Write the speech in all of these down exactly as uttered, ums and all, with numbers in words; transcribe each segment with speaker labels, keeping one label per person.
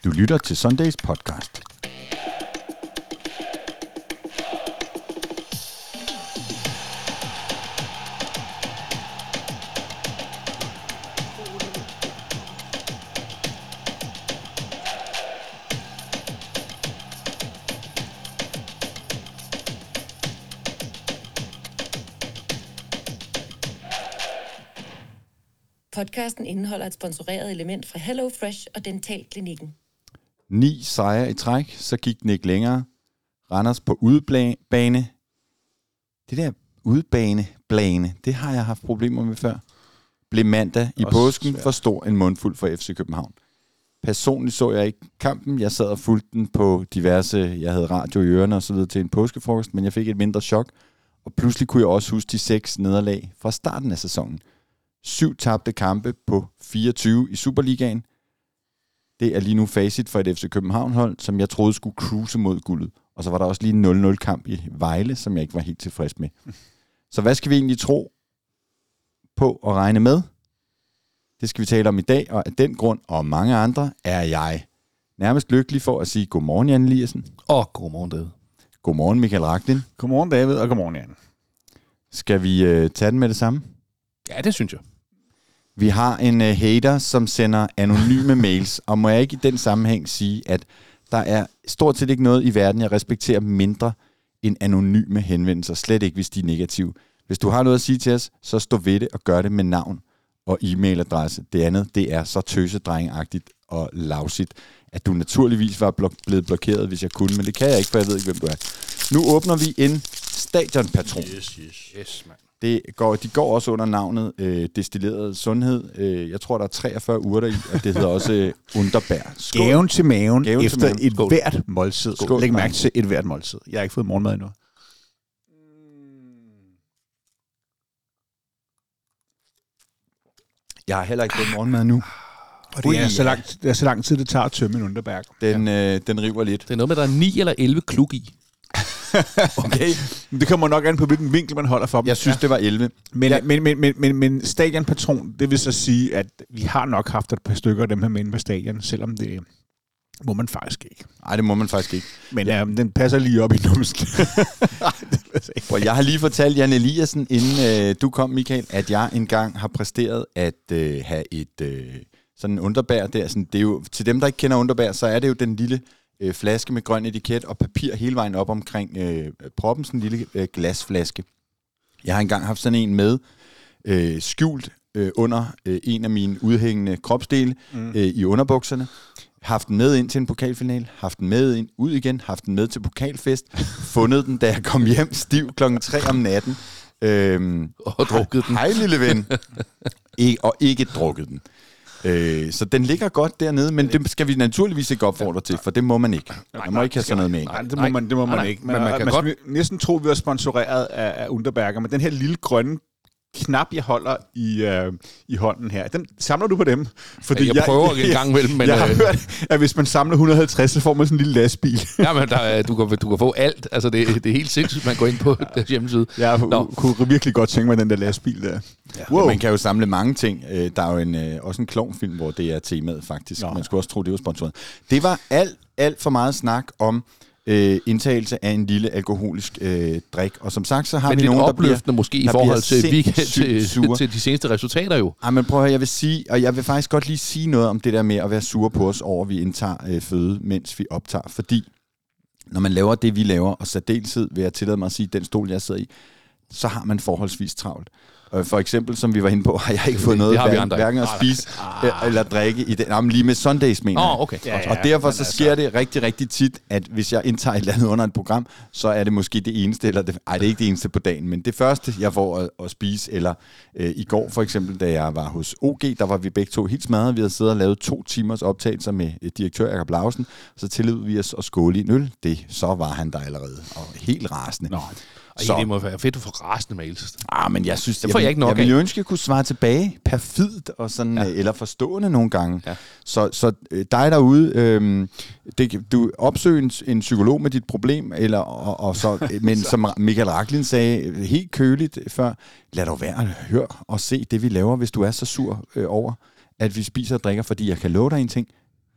Speaker 1: Du lytter til Sundays podcast.
Speaker 2: Podcasten indeholder et sponsoreret element fra Hello Fresh og Dentalklinikken.
Speaker 1: Ni sejre i træk, så gik den ikke længere. Randers på udebane. Det der udebane, blane, det har jeg haft problemer med før. Blev mandag i Også påsken svært. For stor en mundfuld for F C København. Personligt så jeg ikke kampen. Jeg sad og fulgte den på diverse, jeg havde radio i ørerne og så videre til en påskefrokost, men jeg fik et mindre chok. Og pludselig kunne jeg også huske de seks nederlag fra starten af sæsonen. Syv tabte kampe på fireogtyve i Superligaen. Det er lige nu facit for et F C København-hold, som jeg troede skulle cruise mod guldet. Og så var der også lige en nul nul kamp i Vejle, som jeg ikke var helt tilfreds med. Så hvad skal vi egentlig tro på og regne med? Det skal vi tale om i dag, og af den grund og mange andre er jeg nærmest lykkelig for at sige godmorgen, Jan Eliassen.
Speaker 3: Og godmorgen, David.
Speaker 1: Godmorgen, Michael Rachlin.
Speaker 4: Godmorgen, David, og godmorgen, Jan.
Speaker 1: Skal vi øh, tage den med det samme?
Speaker 3: Ja, det synes jeg.
Speaker 1: Vi har en uh, hater, som sender anonyme mails, og må jeg ikke i den sammenhæng sige, at der er stort set ikke noget i verden, jeg respekterer mindre end anonyme henvendelser, slet ikke hvis de er negative. Hvis du har noget at sige til os, så stå ved det og gør det med navn og e-mailadresse. Det andet, det er så tøsedrengagtigt og lavsigt, at du naturligvis var blok- blevet blokeret, hvis jeg kunne, men det kan jeg ikke, for jeg ved ikke, hvem du er. Nu åbner vi en stadionpatron.
Speaker 3: Yes, yes. Yes, man.
Speaker 1: Det går, de går også under navnet øh, Destilleret Sundhed. Øh, jeg tror, der er treogfyrre urter i, og det hedder også øh, Underbær.
Speaker 4: Skål. Gaven til maven
Speaker 1: Gaven
Speaker 4: efter
Speaker 1: til maven.
Speaker 4: et
Speaker 1: Skål.
Speaker 4: hvert måltid.
Speaker 1: Skål.
Speaker 4: Læg mærke til et hvert måltid. Jeg har ikke fået morgenmad endnu.
Speaker 1: Jeg har heller ikke fået morgenmad nu.
Speaker 4: Og det er, så lang, det er så lang tid, det tager at tømme en Underbær.
Speaker 1: Den, øh, den river lidt.
Speaker 3: Det er noget med, der er ni eller elleve klug i.
Speaker 4: Okay. Det kommer nok an på, hvilken vinkel man holder for dem.
Speaker 1: Jeg synes, ja. det var elleve.
Speaker 4: Men,
Speaker 1: ja.
Speaker 4: men, men, men, men, men stadionpatron, det vil så sige, at vi har nok haft et par stykker af dem her med inde på stadion, selvom det må man faktisk ikke.
Speaker 1: Nej, det må man faktisk ikke.
Speaker 4: Men ja, den passer lige op i numsen.
Speaker 1: Og jeg har lige fortalt Jan Eliassen, inden øh, du kom, Michael, at jeg engang har præsteret at øh, have et øh, sådan en Underbær der. Sådan, det er jo, til dem, der ikke kender Underbær, så er det jo den lille øh, flaske med grøn etiket og papir hele vejen op omkring øh, proppen, sådan en lille øh, glasflaske. Jeg har engang haft sådan en med, øh, skjult øh, under øh, en af mine udhængende kropsdele mm. øh, i underbukserne. Haft den med ind til en pokalfinal, haft den med ind ud igen, haft den med til pokalfest, fundet den, da jeg kom hjem stiv klokken tre om natten. Øhm,
Speaker 3: og drukket den.
Speaker 1: Hej, lille ven. I, og ikke drukket den. Øh, så den ligger godt dernede, men det skal vi naturligvis ikke opfordre til, for det må man ikke. Man må ikke have sådan noget med ind.
Speaker 4: Nej, det må man, det må man
Speaker 3: nej,
Speaker 4: ikke.
Speaker 3: Men man, man kan man godt
Speaker 4: næsten tro, vi er sponsoreret af, af Underbærker, men den her lille grønne knap, jeg holder i, øh, i hånden her, den samler du på dem?
Speaker 3: Fordi jeg, jeg prøver jeg, en gang imellem, men
Speaker 4: jeg har
Speaker 3: øh,
Speaker 4: hørt, at hvis man samler et hundrede og halvtreds, så får man sådan en lille lastbil.
Speaker 3: Ja, men der, du, kan, du kan få alt. Altså, det, det er helt sindssygt, man går ind på deres hjemmeside.
Speaker 4: Jeg kunne virkelig godt tænke mig den der lastbil der.
Speaker 1: Ja. Wow. Ja, man kan jo samle mange ting. Der er jo en, også en klovnfilm, hvor det er temaet faktisk. Nå. Man skulle også tro, det var sponsoreret. Det var alt, alt for meget snak om Øh, indtagelse af en lille alkoholisk øh, drik. Og som sagt, så har
Speaker 3: men
Speaker 1: vi
Speaker 3: nogen, der
Speaker 1: opløftende
Speaker 3: bliver, måske i forhold til, weekend, til, til de seneste resultater jo.
Speaker 1: Ej, men prøv at høre, jeg vil sige, og jeg vil faktisk godt lige sige noget om det der med at være sure på os over, at vi indtager øh, føde, mens vi optager. Fordi når man laver det, vi laver, og særdeleshed vil jeg tillade mig at sige, den stol, jeg sidder i, så har man forholdsvis travlt. For eksempel, som vi var inde på, har jeg ikke fået noget hverken, hverken at spise ah, eller drikke i den. Jamen, lige med Sundays, mener jeg.
Speaker 3: Oh, okay. ja, ja,
Speaker 1: og derfor så sker altså det rigtig, rigtig tit, at hvis jeg indtager et eller andet under et program, så er det måske det eneste, eller det, ej, det er ikke det eneste på dagen, men det første, jeg får at, at spise, eller øh, i går for eksempel, da jeg var hos O G, der var vi begge to helt smadret. Vi havde siddet og lavet to timers optagelser med direktør Jakob Lausen, så tillod vi os at skåle i en øl. Det, så var han der allerede, og helt rasende.
Speaker 3: Nå. Så. Det må være fedt, at få rasende mails.
Speaker 1: Ah, men jeg synes,
Speaker 3: det får jeg, jeg ikke nok
Speaker 1: jeg ville ønske, at jeg kunne svare tilbage perfidt og sådan, ja. eller forstående nogle gange. Ja. Så, så dig derude, øhm, det, du opsøger en, en psykolog med dit problem, eller, og, og så, men som Michael Rachlin sagde helt køligt før, lad dog være at høre og se det, vi laver, hvis du er så sur øh, over, at vi spiser og drikker, fordi jeg kan love dig en ting,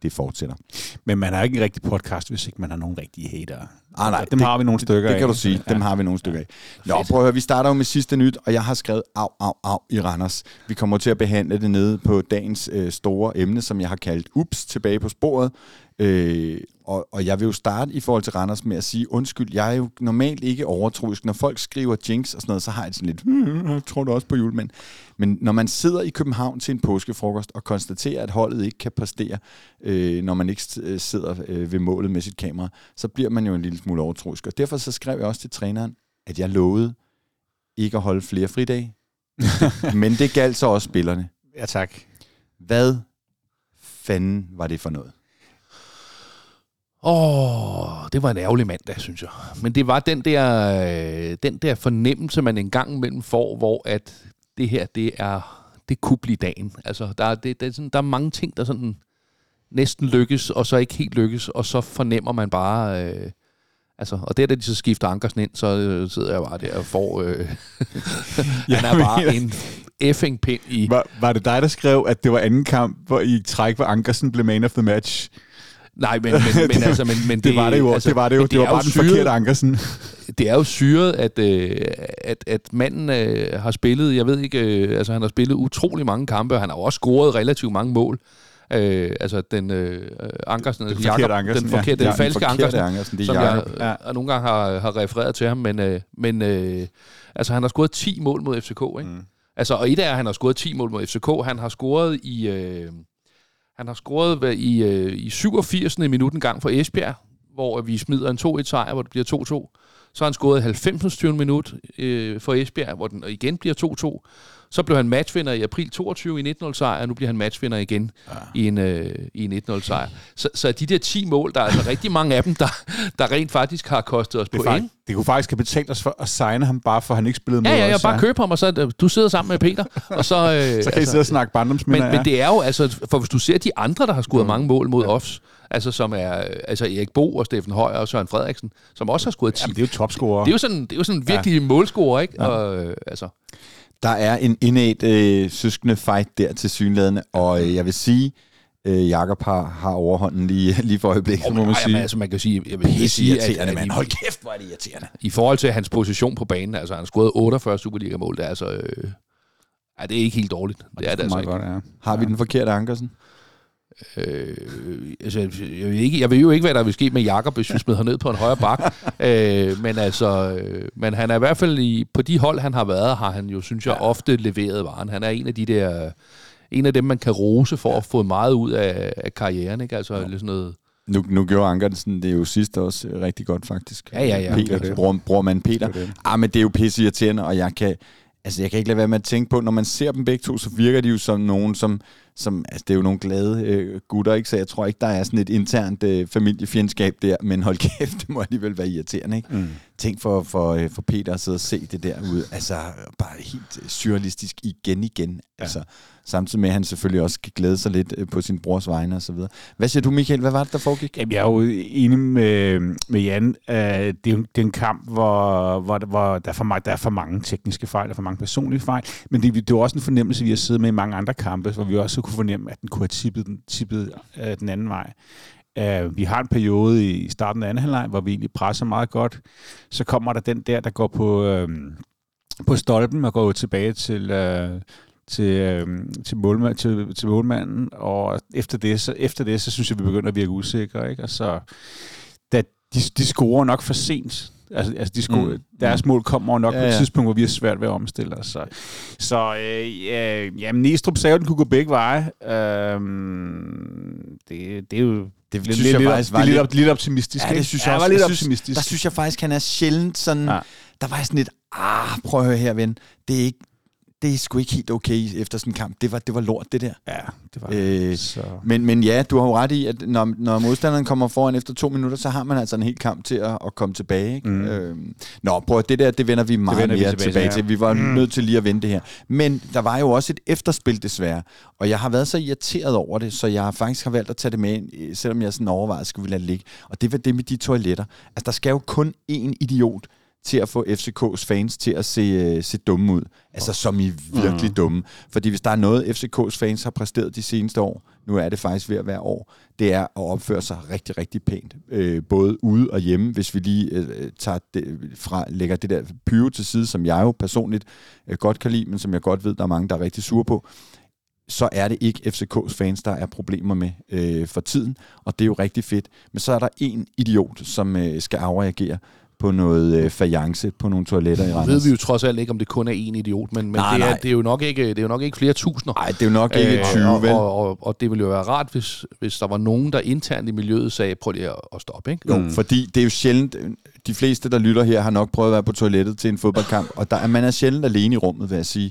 Speaker 1: det fortsætter.
Speaker 4: Men man har ikke en rigtig podcast, hvis ikke man har nogen rigtige hatere.
Speaker 1: Ah, nej,
Speaker 4: dem
Speaker 1: det,
Speaker 4: har vi nogle stykker
Speaker 1: det, det
Speaker 4: af.
Speaker 1: kan du sige. Dem har vi nogle stykker af. Nå, prøv at høre, vi starter jo med sidste nyt, og jeg har skrevet af, af, af i Randers. Vi kommer til at behandle det nede på dagens øh, store emne, som jeg har kaldt Ups, tilbage på sporet. Øh, og, og jeg vil jo starte i forhold til Randers med at sige, undskyld, jeg er jo normalt ikke overtroisk. Når folk skriver jinx og sådan noget, så har jeg sådan lidt, hm, jeg tror du også på julemænd. Men når man sidder i København til en påskefrokost og konstaterer, at holdet ikke kan præstere, øh, når man ikke sidder øh, ved målet med sit kamera, så bliver man jo en lille smule overtroisk. Og derfor så skrev jeg også til træneren, at jeg lovede ikke at holde flere fridage. Men det galt så også spillerne.
Speaker 4: Ja, tak.
Speaker 1: Hvad fanden var det for noget?
Speaker 3: Åh, oh, det var en ærgerlig mandag, synes jeg. Men det var den der, øh, den der fornemmelse, man en gang imellem får, hvor at det her, det er, det kunne blive dagen. Altså, der er, det, det er sådan, der er mange ting, der sådan næsten lykkes, og så ikke helt lykkes, og så fornemmer man bare... Øh, altså, og det da de så skifter Ankersen ind, så øh, sidder jeg bare der og får... Øh, han er bare en effing pind i...
Speaker 4: Var, var det dig, der skrev, at det var anden kamp, hvor i træk, hvor Ankersen blev man of the match?
Speaker 3: Nej, men, men, men altså... Men, men det,
Speaker 4: det var det jo.
Speaker 3: Altså,
Speaker 4: det var det jo. Det, det var bare den syret, forkerte Ankersen.
Speaker 3: Det er jo syret, at, øh, at, at manden øh, har spillet... Jeg ved ikke... Øh, altså, han har spillet utrolig mange kampe, og han har også scoret relativt mange mål. Øh, altså den øh, Ankersen,
Speaker 4: den forkerte Ankersen,
Speaker 3: den forkerte,
Speaker 4: ja.
Speaker 3: den falske Ankersen,
Speaker 1: Ankersen
Speaker 3: som jeg ja. nogle gange har, har refereret til ham, men, øh, men øh, altså han har scoret ti mål mod F C K, ikke? Mm. Altså, og et af han har scoret ti mål mod F C K, han har scoret i øh, han har scoret i, øh, i syvogfirs minut en gang for Esbjerg, hvor vi smider en to et sejr, hvor det bliver to to. Så har han scoret halvfems minut øh, for Esbjerg, hvor den igen bliver to to. Så blev han matchvinder i april toogtyve i nitten nul sejr, og nu bliver han matchvinder igen ja. i en, øh, i en nitten nul sejr. Så, så de der ti mål, der er altså rigtig mange af dem, der, der rent faktisk har kostet os
Speaker 4: det
Speaker 3: point.
Speaker 4: Faktisk, det kunne faktisk have betalt os for at signe ham, bare for at han ikke spillede
Speaker 3: ja,
Speaker 4: mod
Speaker 3: ja, ja,
Speaker 4: os.
Speaker 3: bare købe ham, og så du sidder sammen med Peter. Og så, øh,
Speaker 4: så kan I
Speaker 3: altså,
Speaker 4: sidde og snakke barndomsminder.
Speaker 3: Men,
Speaker 4: ja.
Speaker 3: men det er jo, altså, for hvis du ser de andre, der har scoret mm. mange mål mod ja. os, altså som er altså Erik Bo og Steffen Højer og Søren Frederiksen, som også har scoret ti.
Speaker 4: Jamen, det er jo topscorer.
Speaker 3: Det er jo sådan, det er jo sådan virkelig ja. målscorer, ikke? Ja. Og, øh, altså...
Speaker 1: Der er en indædt øh, søskende fight der til synlædende, og øh, jeg vil sige, øh, Jakob har, har overhånden lige, lige for øjeblikket,
Speaker 3: oh,
Speaker 1: må man
Speaker 3: ej,
Speaker 1: sige.
Speaker 3: Men, altså, man kan sige, jeg vil sige, at, at,
Speaker 1: at hold kæft, hvor er det irriterende.
Speaker 3: I forhold til hans position på banen, altså han har scoret otteogfyrre Superliga-mål, det er altså, øh, ja, det er ikke helt dårligt. Det, det er det altså ikke.
Speaker 4: Godt, ja.
Speaker 1: Har vi den forkerte Ankersen?
Speaker 3: Øh, altså, jeg, vil ikke, jeg ved jo ikke, hvad der vil ske med Jakob, hvis vi smider ham ned på en højre bak. øh, men altså, øh, men han er i hvert fald i, på de hold, han har været, har han jo, synes jeg, ofte leveret varen. Han er en af de der, en af dem, man kan rose for at få meget ud af, af karrieren, ikke? Altså, ja. Sådan noget.
Speaker 1: Nu, nu gjorde Ankersen det jo sidst også rigtig godt, faktisk.
Speaker 3: Ja, ja, ja.
Speaker 1: Peter, det. Bror, brormand Peter. Det det. Ah, men det er jo pisse irriterende, og jeg kan, altså, jeg kan ikke lade være med at tænke på, når man ser dem begge to, så virker de jo som nogen, som Som, altså, det er jo nogle glade øh, gutter, ikke? Så jeg tror ikke, der er sådan et internt øh, familiefjendskab der, men hold kæft, det må alligevel være irriterende, ikke? Mm. Tænk for, for, øh, for Peter at sidde og se det der ud, altså bare helt øh, surrealistisk igen igen, ja. Altså samtidig med, at han selvfølgelig også kan glæde sig lidt øh, på sin brors vegne og så videre. Hvad siger du, Michael? Hvad var det, der foregik?
Speaker 4: Jamen, jeg er jo enig med, med Jan. Uh, det, er jo, det er en kamp, hvor, hvor, hvor der, er for meget, der er for mange tekniske fejl, der er for mange personlige fejl, men det, det er jo også en fornemmelse, vi har siddet med i mange andre kampe, hvor vi også kunne fornemme, at den kunne have tippet den, tippet, uh, den anden vej. Uh, vi har en periode i starten af anden halvleg, hvor vi egentlig presser meget godt. Så kommer der den der, der går på, uh, på stolpen og går tilbage til... Uh, til, øh, til, målmand, til, til målmanden, og efter det, så, efter det, så synes jeg, vi begynder at virke usikre, ikke? Og så, da de, de scorer nok for sent. Altså, altså de scorer, mm. deres mål kommer nok ja, ja. på et tidspunkt, hvor vi er svært ved at omstille os. Så, så øh, ja, jamen, Næstrup sagde, at den kunne gå begge veje. Øhm, det, det er jo... Det
Speaker 1: synes lidt, jeg faktisk var
Speaker 4: lidt, lidt, lidt optimistisk.
Speaker 1: Ja, det synes jeg,
Speaker 4: jeg
Speaker 1: også.
Speaker 4: var lidt
Speaker 1: jeg synes,
Speaker 4: optimistisk.
Speaker 1: Der synes jeg faktisk, han er sjældent sådan... Ja. Der var sådan lidt, ah, prøv at høre her, ven. Det er ikke... Det er sgu ikke helt okay efter sådan en kamp. Det var, det var lort, det der.
Speaker 4: Ja, det var
Speaker 1: øh, så. Men, men ja, du har jo ret i, at når, når modstanderen kommer foran efter to minutter, så har man altså en hel kamp til at, at komme tilbage. Ikke? Mm. Øh, nå, prøv det der, det vender vi meget vender mere vi tilbage, tilbage til. Ja. Vi var mm. nødt til lige at vente det her. Men der var jo også et efterspil, desværre. Og jeg har været så irriteret over det, så jeg faktisk har valgt at tage det med ind, selvom jeg sådan overvejede, skulle vi lade det ligge. Og det var det med de toiletter. Altså, der skal jo kun én idiot til at få F C K's fans til at se, uh, se dumme ud. Altså som i virkelig mm. dumme. Fordi hvis der er noget, F C K's fans har præsteret de seneste år, nu er det faktisk ved at være år, det er at opføre sig rigtig, rigtig pænt. Øh, både ude og hjemme, hvis vi lige øh, tager det fra, lægger det der pyro til side, som jeg jo personligt øh, godt kan lide, men som jeg godt ved, der er mange, der er rigtig sure på, så er det ikke F C K's fans, der er problemer med øh, for tiden, og det er jo rigtig fedt. Men så er der en idiot, som øh, skal afreagere på noget øh, fajance på nogle toiletter i Randers.
Speaker 3: Ved vi jo trods alt ikke, om det kun er én idiot, men, men
Speaker 1: nej,
Speaker 3: det, er,
Speaker 1: nej.
Speaker 3: det, er jo nok ikke, det er jo nok ikke flere tusinder.
Speaker 1: Nej, det er jo nok ikke
Speaker 3: øh,
Speaker 1: tyve,
Speaker 3: og,
Speaker 1: vel?
Speaker 3: Og, og, og det ville jo være rart, hvis, hvis der var nogen, der internt i miljøet sagde, prøv lige at, at stoppe, ikke?
Speaker 1: Jo, mm. fordi det er jo sjældent, de fleste, der lytter her, har nok prøvet at være på toilettet til en fodboldkamp, og der, man er sjældent alene i rummet, vil jeg sige.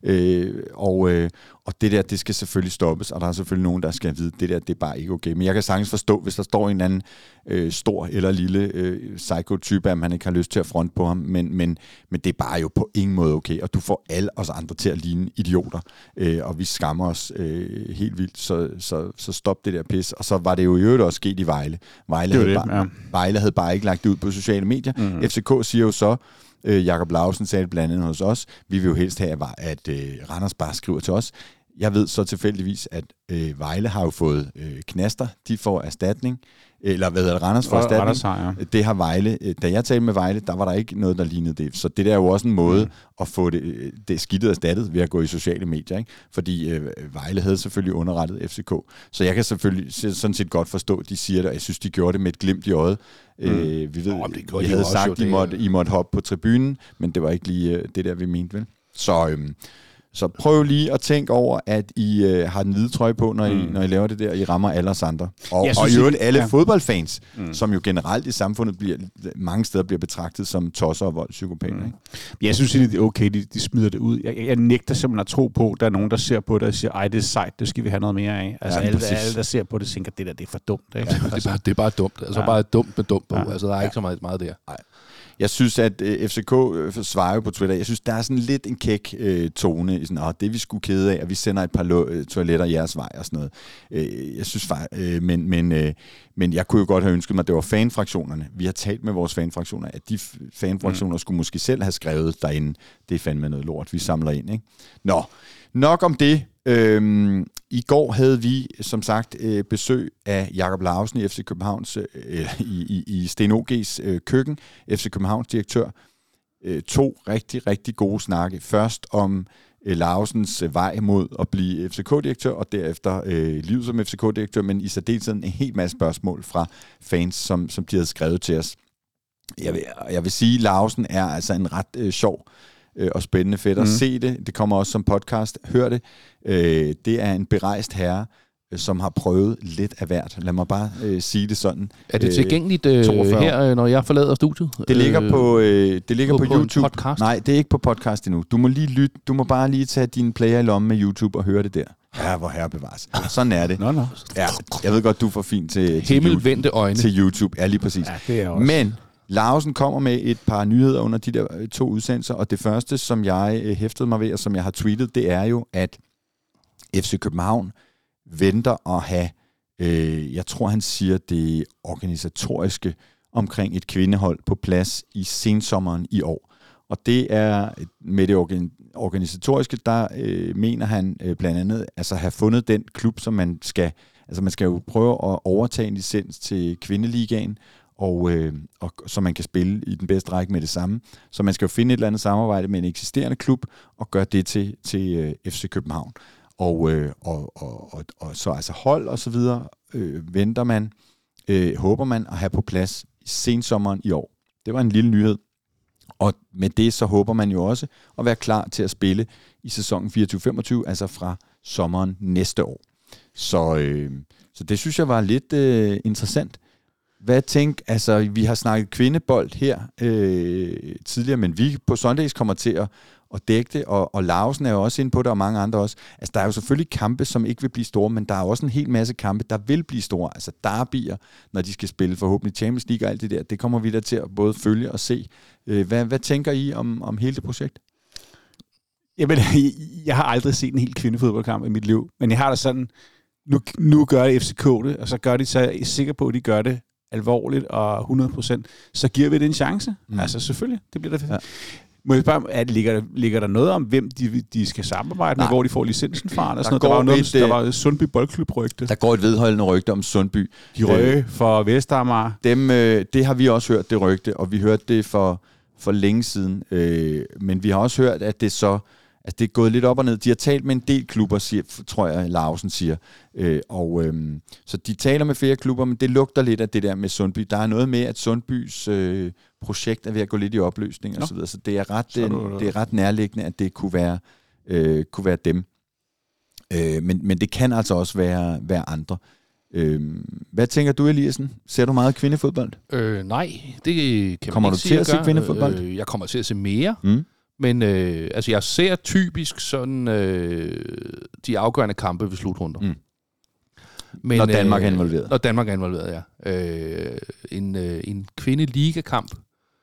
Speaker 1: Øh, og, øh, og det der, det skal selvfølgelig stoppes, og der er selvfølgelig nogen, der skal vide, det der, det er bare ikke okay. Men jeg kan sagtens forstå, hvis der står en anden øh, stor eller lille øh, psycho-type, at man ikke har lyst til at fronte på ham, men, men, men det er bare jo på ingen måde okay, og du får alle os andre til at ligne idioter, øh, og vi skammer os øh, helt vildt, så, så, så stop det der pis. Og så var det jo i øvrigt også sket i Vejle. Vejle, havde,
Speaker 4: det,
Speaker 1: bare,
Speaker 4: ja.
Speaker 1: Vejle havde bare ikke lagt det ud på sociale medier. Mm. F C K siger jo så, Øh, Jakob Lausen sagde det blandt andet hos os. Vi vil jo helst have, at øh, Randers bare skriver til os. Jeg ved så tilfældigvis, at øh, Vejle har jo fået øh, knaster. De får erstatning. Eller hvad hedder det? Randers får erstatning.
Speaker 4: Randers har, ja.
Speaker 1: Det har Vejle. Da jeg talte med Vejle, der var der ikke noget, der lignede det. Så det der er jo også en måde mm. at få det, det skidtet erstattet ved at gå i sociale medier. Ikke? Fordi øh, Vejle havde selvfølgelig underrettet F C K. Så jeg kan selvfølgelig sådan set godt forstå, at de siger det, og jeg synes, de gjorde det med et glimt i øjet. Mm. Øh, vi ved, oh, det vi havde sagt, at I måtte, I måtte hoppe på tribunen, men det var ikke lige øh, det der, vi mente, vel? Så... Øh, Så prøv lige at tænke over, at I øh, har den hvide trøje på, når I, mm. når I laver det der, I rammer alle os andre. Og, og i øvrigt alle ja. fodboldfans, mm. som jo generelt i samfundet bliver, mange steder bliver betragtet som tosser og voldspsykopater. Mm. Ikke?
Speaker 4: Jeg synes, det er okay, de, de smider det ud. Jeg, jeg nægter simpelthen at tro på, at der er nogen, der ser på det og siger, ej, det er sejt, det skal vi have noget mere af. Altså ja, alle, alle, der ser på det, tænker, det der, det er for dumt. Ikke?
Speaker 3: Ja, det, er bare, det er bare dumt. Altså ja. bare dumt med dumt på. Ja. Altså, der er ja. ikke så meget, meget der.
Speaker 1: Nej. Jeg synes, at øh, F C K øh, svarer jo på Twitter. Jeg synes, der er sådan lidt en kæk øh, tone i sådan, åh, det er vi sgu kede af, og vi sender et par lo- øh, toiletter jeres vej og sådan noget. Øh, jeg synes faktisk, øh, men, men, øh, men jeg kunne jo godt have ønsket mig, at det var fanfraktionerne. Vi har talt med vores fanfraktioner, at de fanfraktioner mm. skulle måske selv have skrevet derinde, det er fandme noget lort, vi samler ind, ikke? Nå, nok om det. Øhm, I går havde vi, som sagt, øh, besøg af Jakob Lausen i F C Københavns, øh, i, i, i Sten O G's øh, køkken, F C Københavns direktør. Øh, to rigtig, rigtig gode snakke. Først om øh, Lausens øh, vej mod at blive F C K-direktør, og derefter øh, livet som F C K-direktør, men i særdeleshed en helt masse spørgsmål fra fans, som, som de havde skrevet til os. Jeg vil, jeg vil sige, at Lausen er altså en ret øh, sjov og spændende fedt at mm. se det. Det kommer også som podcast. Hør det. Øh, det er en berejst herre, som har prøvet lidt af hvert. Lad mig bare øh, sige det sådan.
Speaker 3: Er det tilgængeligt øh, her, når jeg forlader studiet?
Speaker 1: Det ligger på, øh, det ligger på, på YouTube.
Speaker 3: Podcast?
Speaker 1: Nej, det er ikke på podcast endnu. Du må lige lytte. Du må bare lige tage din player i lommen med YouTube og høre det der. Ja, hvor herre bevares. Sådan er det.
Speaker 4: Nå, nå.
Speaker 1: Ja, jeg ved godt, du får fint til, til,
Speaker 3: himmelvendte øjne.
Speaker 1: til YouTube. Ja, lige præcis.
Speaker 4: Ja, det er også.
Speaker 1: Men Lausen kommer med et par nyheder under de der to udsendelser, og det første, som jeg hæftede mig ved, og som jeg har tweetet, det er jo, at F C København venter at have, øh, jeg tror han siger, det organisatoriske omkring et kvindehold på plads i sensommeren i år. Og det er med det organisatoriske, der øh, mener han øh, blandt andet, altså have fundet den klub, som man skal, altså man skal jo prøve at overtage en licens til kvindeligaen, og, øh, og så man kan spille i den bedste række med det samme. Så man skal jo finde et eller andet samarbejde med en eksisterende klub, og gøre det til, til øh, F C København. Og, øh, og, og, og, og så altså hold og så videre øh, venter man, øh, håber man at have på plads i sensommeren i år. Det var en lille nyhed. Og med det så håber man jo også at være klar til at spille i sæsonen fireogtyve femogtyve, altså fra sommeren næste år. Så, øh, så det synes jeg var lidt øh, interessant. Hvad tænk, altså vi har snakket kvindebold her øh, tidligere, men vi på Sundays kommer til at, at dække det, og, og Lausen er jo også inde på det, og mange andre også. Altså der er jo selvfølgelig kampe, som ikke vil blive store, men der er også en hel masse kampe, der vil blive store. Altså derbyer, når de skal spille forhåbentlig Champions League og alt det der, det kommer vi da til at både følge og se. Øh, hvad, hvad tænker I om, om hele det projekt?
Speaker 4: Jamen, jeg har aldrig set en helt kvindefodboldkamp i mit liv, men jeg har da sådan, nu, nu gør F C K det, og så gør de, så jeg er sikker på, at de gør det alvorligt og hundrede procent, så giver vi det en chance. Mm. Altså selvfølgelig, det bliver da. Ja. Må jeg spørge, at ligger, der, ligger der noget om, hvem de, de skal samarbejde med, hvor de får licensen fra? Eller sådan der, noget? Der var noget, et, der var Sundby Boldklub-rygte.
Speaker 1: Der går et vedholdende rygte om Sundby.
Speaker 4: De røge øh, for Vestamager.
Speaker 1: Dem, øh, det har vi også hørt, det rygte, og vi hørte det for, for længe siden. Øh, men vi har også hørt, at det så at det er gået lidt op og ned. De har talt med en del klubber, siger, tror jeg, Larsen siger. Øh, og, øh, så de taler med flere klubber, men det lugter lidt af det der med Sundby. Der er noget med, at Sundbys øh, projekt er ved at gå lidt i opløsning og så videre. Så det er ret, det, det er ret nærliggende, at det kunne være, øh, kunne være dem. Øh, men, men det kan altså også være, være andre. Øh, hvad tænker du, Eliassen? Ser du meget kvindefodbold?
Speaker 3: Øh, nej, det kan
Speaker 1: kommer
Speaker 3: man
Speaker 1: ikke sige. Kommer du til at se kvindefodbold?
Speaker 3: Øh, jeg kommer til at se mere.
Speaker 1: Mm.
Speaker 3: Men øh, altså, jeg ser typisk sådan øh, de afgørende kampe ved slutrunder. Mm.
Speaker 1: Men, når Danmark er involveret.
Speaker 3: Øh, når Danmark er involveret, ja. Øh, en, øh, en kvindeligakamp,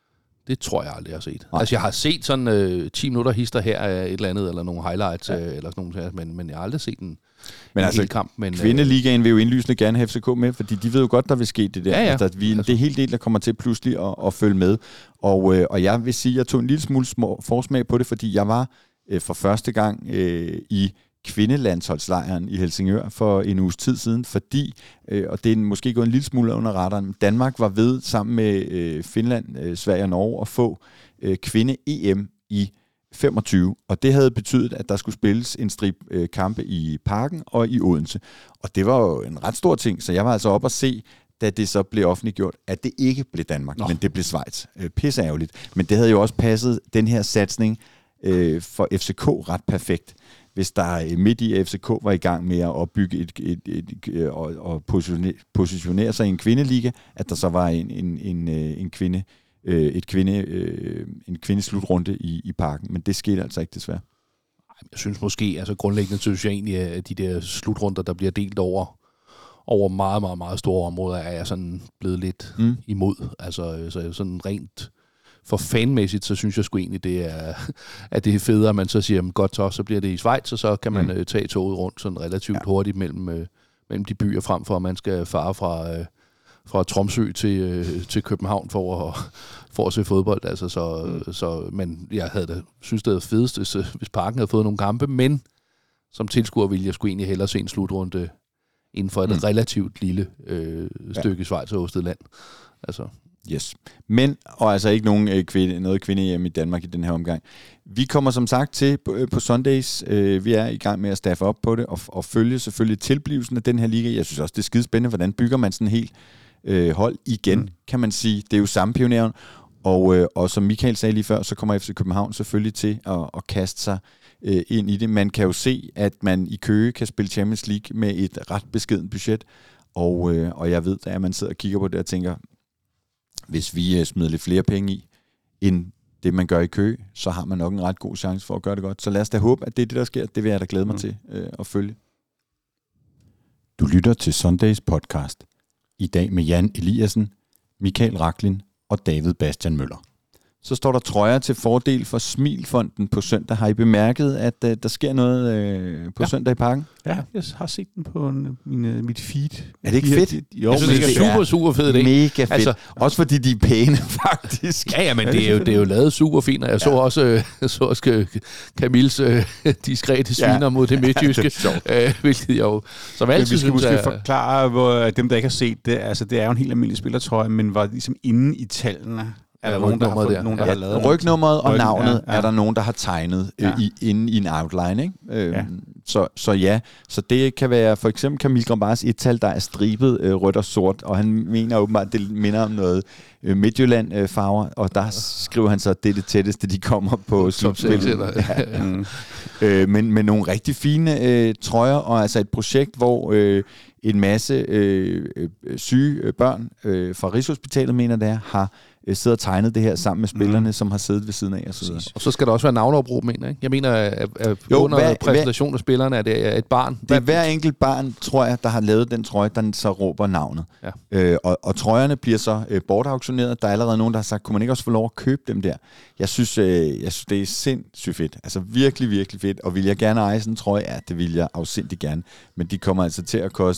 Speaker 3: det tror jeg aldrig, jeg har set. Nej. Altså, jeg har set sådan øh, ti minutter hister her af et eller andet, eller nogle highlights, ja. øh, eller sådan nogle, men, men jeg har aldrig set en,
Speaker 1: men
Speaker 3: en
Speaker 1: altså,
Speaker 3: hel kamp. Men
Speaker 1: kvindeligaen vil jo indlysende gerne have F C K med, fordi de ved jo godt, der vil ske det der.
Speaker 3: Ja, ja.
Speaker 1: Altså, vi, det er helt del, der kommer til pludselig at, at følge med. Og, øh, og jeg vil sige, at jeg tog en lille smule små forsmag på det, fordi jeg var øh, for første gang øh, i kvindelandsholdslejren i Helsingør for en uges tid siden, fordi, øh, og det er måske gået en lille smule under radaren, Danmark var ved sammen med øh, Finland, øh, Sverige og Norge at få øh, kvinde-E M i femogtyve, og det havde betydet, at der skulle spilles en strip øh, kampe i Parken og i Odense. Og det var jo en ret stor ting, så jeg var altså op at se, da det så blev offentliggjort, at det ikke blev Danmark, Nå. men det blev Schweiz. Øh, pisseærgerligt. Men det havde jo også passet den her satsning øh, for F C K ret perfekt. Hvis der midt i F C K var i gang med at opbygge et, et, et, et, og, og positionere, positionere sig i en kvindeliga, at der så var en, en, en, en kvinde, et kvinde, en kvindeslutrunde i, i Parken. Men det skete altså ikke desværre.
Speaker 3: Jeg synes måske, altså grundlæggende synes jeg egentlig, at de der slutrunder, der bliver delt over, over meget, meget, meget store områder, er jeg sådan blevet lidt mm. imod. Altså så sådan rent for fanmæssigt, så synes jeg sgu egentlig, det er, at det er federe, at man så siger, godt så, så bliver det i Schweiz, og så kan man mm. øh, tage toget rundt sådan relativt ja. hurtigt mellem, øh, mellem de byer, frem for at man skal fare fra, øh, fra Tromsø til, øh, til København for at, for at se fodbold. Altså, så, mm. så, men jeg havde da synes, det var fedest, hvis, hvis Parken havde fået nogle kampe, men som tilskuer ville jeg sgu egentlig hellere se en slutrunde inden for et mm. relativt lille øh, stykke ja. Schweiz og Ostedland. Altså...
Speaker 1: Yes. Men, og altså ikke nogen øh, kvinde, noget kvinde-hjem i Danmark i den her omgang. Vi kommer som sagt til på, øh, på Sundays. Øh, vi er i gang med at staffe op på det, og, og følge selvfølgelig tilblivelsen af den her liga. Jeg synes også, det er skidespændende, hvordan bygger man sådan en helt øh, hold igen, mm. kan man sige. Det er jo samme pioneren. Og, øh, og som Michael sagde lige før, så kommer F C København selvfølgelig til at, at kaste sig øh, ind i det. Man kan jo se, at man i Køge kan spille Champions League med et ret beskedent budget. Og, øh, og jeg ved, at man sidder og kigger på det og tænker, hvis vi smider lidt flere penge i, end det, man gør i Køge, så har man nok en ret god chance for at gøre det godt. Så lad os da håbe, at det er det, der sker. Det vil jeg da glæde mig mm. til øh, at følge. Du lytter til Sundays podcast. I dag med Jan Eliassen, Michael Raklin og David Bastian Møller. Så står der trøjer til fordel for Smilfonden på søndag. Har I bemærket, at uh, der sker noget uh, på ja. søndag i Parken?
Speaker 4: Ja, jeg har set den på en, min, mit feed.
Speaker 1: Er det ikke fedt?
Speaker 3: Jo, jeg synes, det er super, super fedt. Det.
Speaker 1: Mega fedt. Altså, også fordi de er pæne, faktisk.
Speaker 3: Ja, ja, men ja, det, er jo, det er jo lavet super fint. Jeg så ja. også, jeg så også Camilles uh, diskrete sviner ja. mod det midtjyske. Ja, uh, hvilket jeg jo som altid
Speaker 4: vi skal måske
Speaker 3: er...
Speaker 4: forklare, hvor dem, der ikke har set det. Altså, det er jo en helt almindelig spillertrøje, men var ligesom inde i tallene. Er der ja, nogen, der har, fået, nogen, der ja, har lavet
Speaker 1: rygnummeret og navnet ja, ja. er der nogen, der har tegnet ja. øh, i, inde i en outline. Ikke? Øhm, ja. Så, så ja, så det kan være for eksempel Camille Grambars et tal, der er stribet øh, rødt og sort, og han mener åbenbart, at det minder om noget øh, Midtjylland-farver, øh, og der skriver han så, at det er det tætteste, de kommer på slutspillet. Ja. mm. øh, men med nogle rigtig fine øh, trøjer, og altså et projekt, hvor... Øh, en masse øh, øh, syge børn øh, fra Rigshospitalet, mener det er, har øh, siddet og tegnet det her sammen med spillerne, mm. som har siddet ved siden af. Og så,
Speaker 3: og så skal der også være navneopråb, mener jeg. Jeg mener, at, at jo, under hver, præsentation af spillerne er det et barn.
Speaker 1: Det er hver enkelt barn, tror jeg, der har lavet den trøje, der så råber navnet. Ja. Øh, og, og trøjerne bliver så øh, bortauktioneret. Der er allerede nogen, der har sagt, kunne man ikke også få lov at købe dem der? Jeg synes, øh, jeg synes det er sindssygt fedt. Altså virkelig, virkelig fedt. Og vil jeg gerne eje sådan en trøje? Ja, det vil jeg afsindig gerne. Men de kommer altså til at koste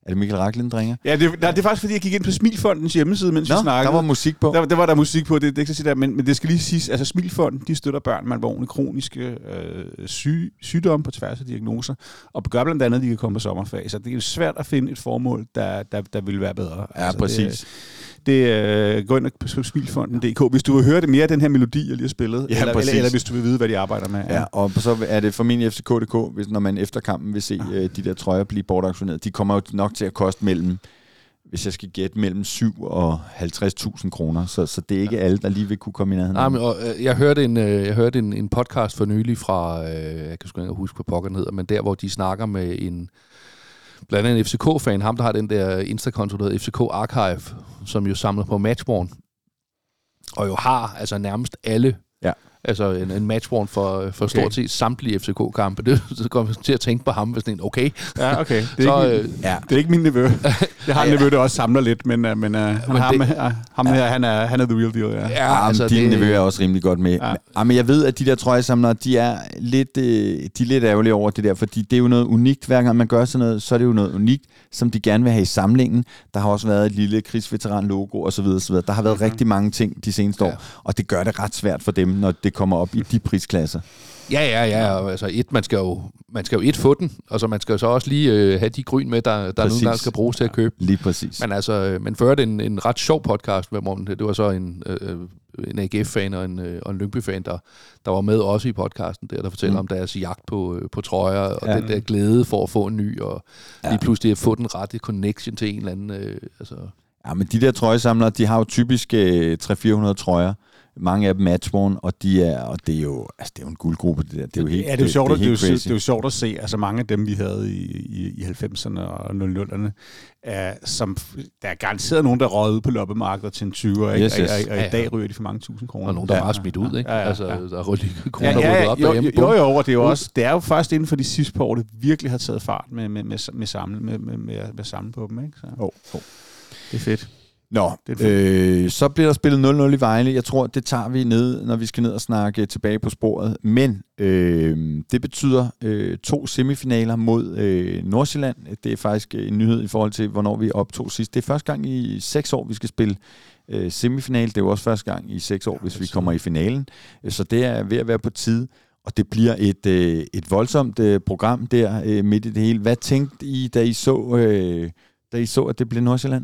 Speaker 1: Er det Michael Racklin, der ringer?
Speaker 4: Ja, det, nej, det er faktisk, fordi jeg gik ind på Smilfondens hjemmeside, mens
Speaker 1: Nå,
Speaker 4: vi snakkede.
Speaker 1: der var musik på.
Speaker 4: Der, der var der musik på, det, det kan sige der, men, men det skal lige siges, altså Smilfonden, de støtter børn med alvorlige kroniske øh, syg, sygdomme på tværs af diagnoser, og gør blandt andet, at de kan komme på sommerferie. Så det er jo svært at finde et formål, der, der, der vil være bedre.
Speaker 1: Ja,
Speaker 4: altså,
Speaker 1: præcis.
Speaker 4: Det, det øh, gå ind på smilfonden punktum d k, hvis du vil høre det mere af den her melodi, jeg lige har spillet,
Speaker 1: ja,
Speaker 4: eller, eller, eller hvis du vil vide, hvad de arbejder med.
Speaker 1: Ja, og så er det formentlig F C K punktum d k, hvis når man efter kampen vil se øh, de der trøjer blive bortauktioneret. De kommer jo nok til at koste mellem, hvis jeg skal gætte, mellem syv og halvtreds tusind kroner, så, så det er ikke ja. alle, der lige vil kunne komme i nærheden.
Speaker 3: Nej, men og, øh, jeg hørte en øh, jeg hørte en, en podcast for nylig fra, øh, jeg kan sgu ikke huske, hvad pokkeren hedder, men der, hvor de snakker med en blandt andet en F C K-fan, ham der har den der Insta-konto, der hedder F C K Archive, som jo samler på matchborn, og jo har altså nærmest alle,
Speaker 1: ja.
Speaker 3: altså en, en matchborn for, for okay. stort set samtlige F C K-kampe. Det så kommer til at tænke på ham, hvis sådan en, okay.
Speaker 4: Ja, okay. Det er,
Speaker 3: så,
Speaker 4: ikke, min, øh, ja. det er ikke min nevø. Jeg har en nevø, der også samler lidt, men, uh, men, uh, men ham, det, uh, ham her, han er, han er the real deal, ja.
Speaker 1: Ja, ja altså din nevø er også rimelig godt med. Ja. Men, men jeg ved, at de der trøjesamlere, de er lidt, øh, de er lidt ærgerlige over det der, fordi det er jo noget unikt. Hver gang man gør sådan noget, så er det jo noget unikt, som de gerne vil have i samlingen. Der har også været et lille krigsveteran-logo osv. osv. Der har været mm-hmm. rigtig mange ting de seneste år, ja. og det gør det ret svært for dem, når det kommer op i de prisklasser.
Speaker 3: Ja, ja, ja. Og altså et, man skal jo, man skal jo et få den, og så man skal jo så også lige øh, have de gryn med, der, der nu der skal bruges til at købe.
Speaker 1: Lige præcis.
Speaker 3: Men altså, man førte en, en ret sjov podcast, hvor det var så en, øh, en A G F-fan og en, øh, og en Lyngby-fan, der, der var med også i podcasten der, der fortæller mm. om deres jagt på, øh, på trøjer, og ja. den der glæde for at få en ny, og ja. lige pludselig at få den rette connection til en eller anden. Øh, altså.
Speaker 1: Ja, men de der trøjesamlere, de har jo typisk øh, tre hundrede til fire hundrede trøjer. Mange af dem matchworn, og de er, og det er jo, altså det er jo en guldgruppe det der. Det er jo helt,
Speaker 4: ja, det er jo sjovt, det, det,
Speaker 1: det,
Speaker 4: det, det er jo sjovt at se, altså mange af dem vi havde i i, i halvfemserne og nullerne, er, som der er garanteret nogen der røget ud på loppemarkedet til en tyver, yes, yes. Og, og, og, og i dag ryger de for mange tusind kroner.
Speaker 3: Og nogen der er bare smidt ud, ikke? Ja, ja, ja. Altså der er lige kroner
Speaker 4: ja, ja, ja,
Speaker 3: op
Speaker 4: jo,
Speaker 3: derhjemme.
Speaker 4: Jo, jo, jo, det er jo også, det er jo først inden for de sidste par år, det virkelig har taget fart med med med med samle med med med, med samle på dem, ikke? Så. Oh, oh. Det er fedt.
Speaker 1: Nå, øh, så bliver der spillet nul nul i Vejle. Jeg tror, det tager vi ned, når vi skal ned og snakke tilbage på sporet. Men øh, det betyder øh, to semifinaler mod øh, Nordsjælland. Det er faktisk en nyhed i forhold til, hvornår vi optog sidst. Det er første gang i seks år, vi skal spille øh, semifinal. Det er jo også første gang i seks år, hvis vi kommer i finalen. Så det er ved at være på tide. Og det bliver et, øh, et voldsomt øh, program der øh, midt i det hele. Hvad tænkte I, da I så, øh, da I så at det blev Nordsjælland?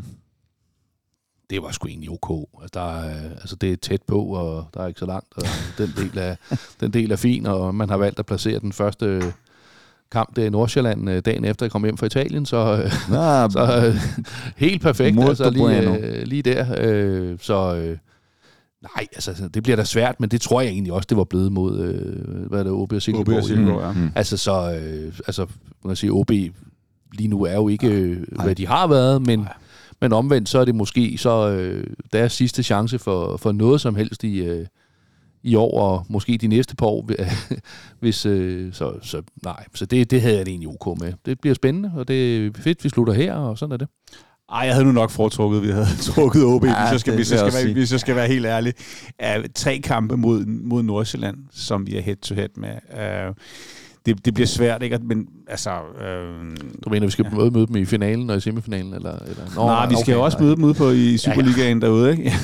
Speaker 3: Det var sgu egentlig ok. Altså, der er, altså, det er tæt på, og der er ikke så langt, og den del er, den del er fin, og man har valgt at placere den første kamp der i Nordsjælland dagen efter, jeg kom hjem fra Italien, så, ja, så helt perfekt, altså, lige, lige der. Øh, så øh, nej, altså, det bliver da svært, men det tror jeg egentlig også, det var blevet mod, øh, hvad er det, O B og Silkeborg. Ja. Mm. Altså, så, øh, altså, man kan sige, O B lige nu er jo ikke, øh, hvad de har været, men nej. Men omvendt, så er det måske så øh, deres sidste chance for, for noget som helst i, øh, i år, og måske de næste par år. hvis, øh, så, så nej, så det, det havde jeg egentlig ok med. Det bliver spændende, og det er fedt, vi slutter her, og sådan er det.
Speaker 4: Ej, jeg havde nu nok foretrukket, at vi havde trukket O B, ja, hvis, jeg skal, hvis, jeg skal være, hvis jeg skal være helt ærlig. Uh, tre kampe mod, mod Nordsjælland, som vi er head-to-head med. Uh, Det, det bliver svært, ikke? Men altså... Øh,
Speaker 3: du mener, vi skal ja. møde dem i finalen og i semifinalen? Eller, eller?
Speaker 4: Nå, nej, vi skal okay, jo også nej. møde dem ude på i Superligaen ja, ja. derude, ikke?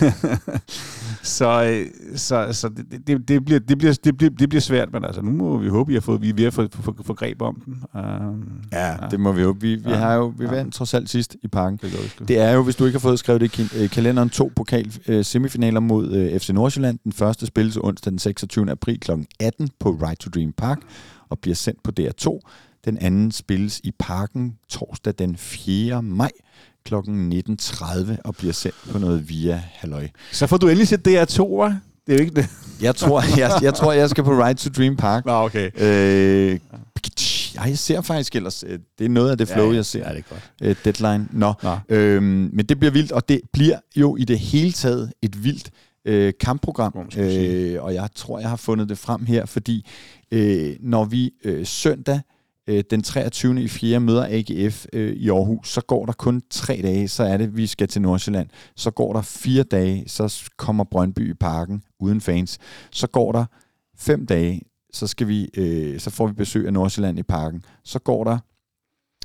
Speaker 4: så så, så det, det, det, bliver, det, bliver, det, bliver, det bliver svært, men altså, nu må vi håbe, at vi er ved at få, få, få greb om den. Uh,
Speaker 1: ja, ja, det må vi håbe. Vi, vi ja, har jo vi ja. vandt trods alt sidst i parken. Det, det er jo, hvis du ikke har fået skrevet det i kalenderen, to pokal uh, semifinaler mod uh, F C Nordsjælland. Den første spilles onsdag den seksogtyvende april klokken atten på Right to Dream Park og bliver sendt på D R to. Den anden spilles i Parken torsdag den fjerde maj klokken nitten tredive og bliver sendt på noget via Halløj.
Speaker 4: Så får du endelig set D R to, hva'? Det er jo ikke det.
Speaker 1: Jeg tror, jeg, jeg, tror, jeg skal på Right to Dream Park.
Speaker 4: Nå, okay.
Speaker 1: Øh, jeg ser faktisk ellers, det er noget af det flow, ja, ja. jeg ser.
Speaker 4: Ja, det er godt.
Speaker 1: Uh, deadline. Nå. Nå. Øhm, men det bliver vildt, og det bliver jo i det hele taget et vildt øh, kampprogram. Øh, og jeg tror, jeg har fundet det frem her, fordi øh, når vi øh, søndag øh, den treogtyvende i fjerde møder A G F øh, i Aarhus, så går der kun tre dage, så er det, vi skal til Nordsjælland. Så går der fire dage, så kommer Brøndby i Parken uden fans. Så går der fem dage, så skal vi, øh, så får vi besøg af Nordsjælland i Parken. Så går der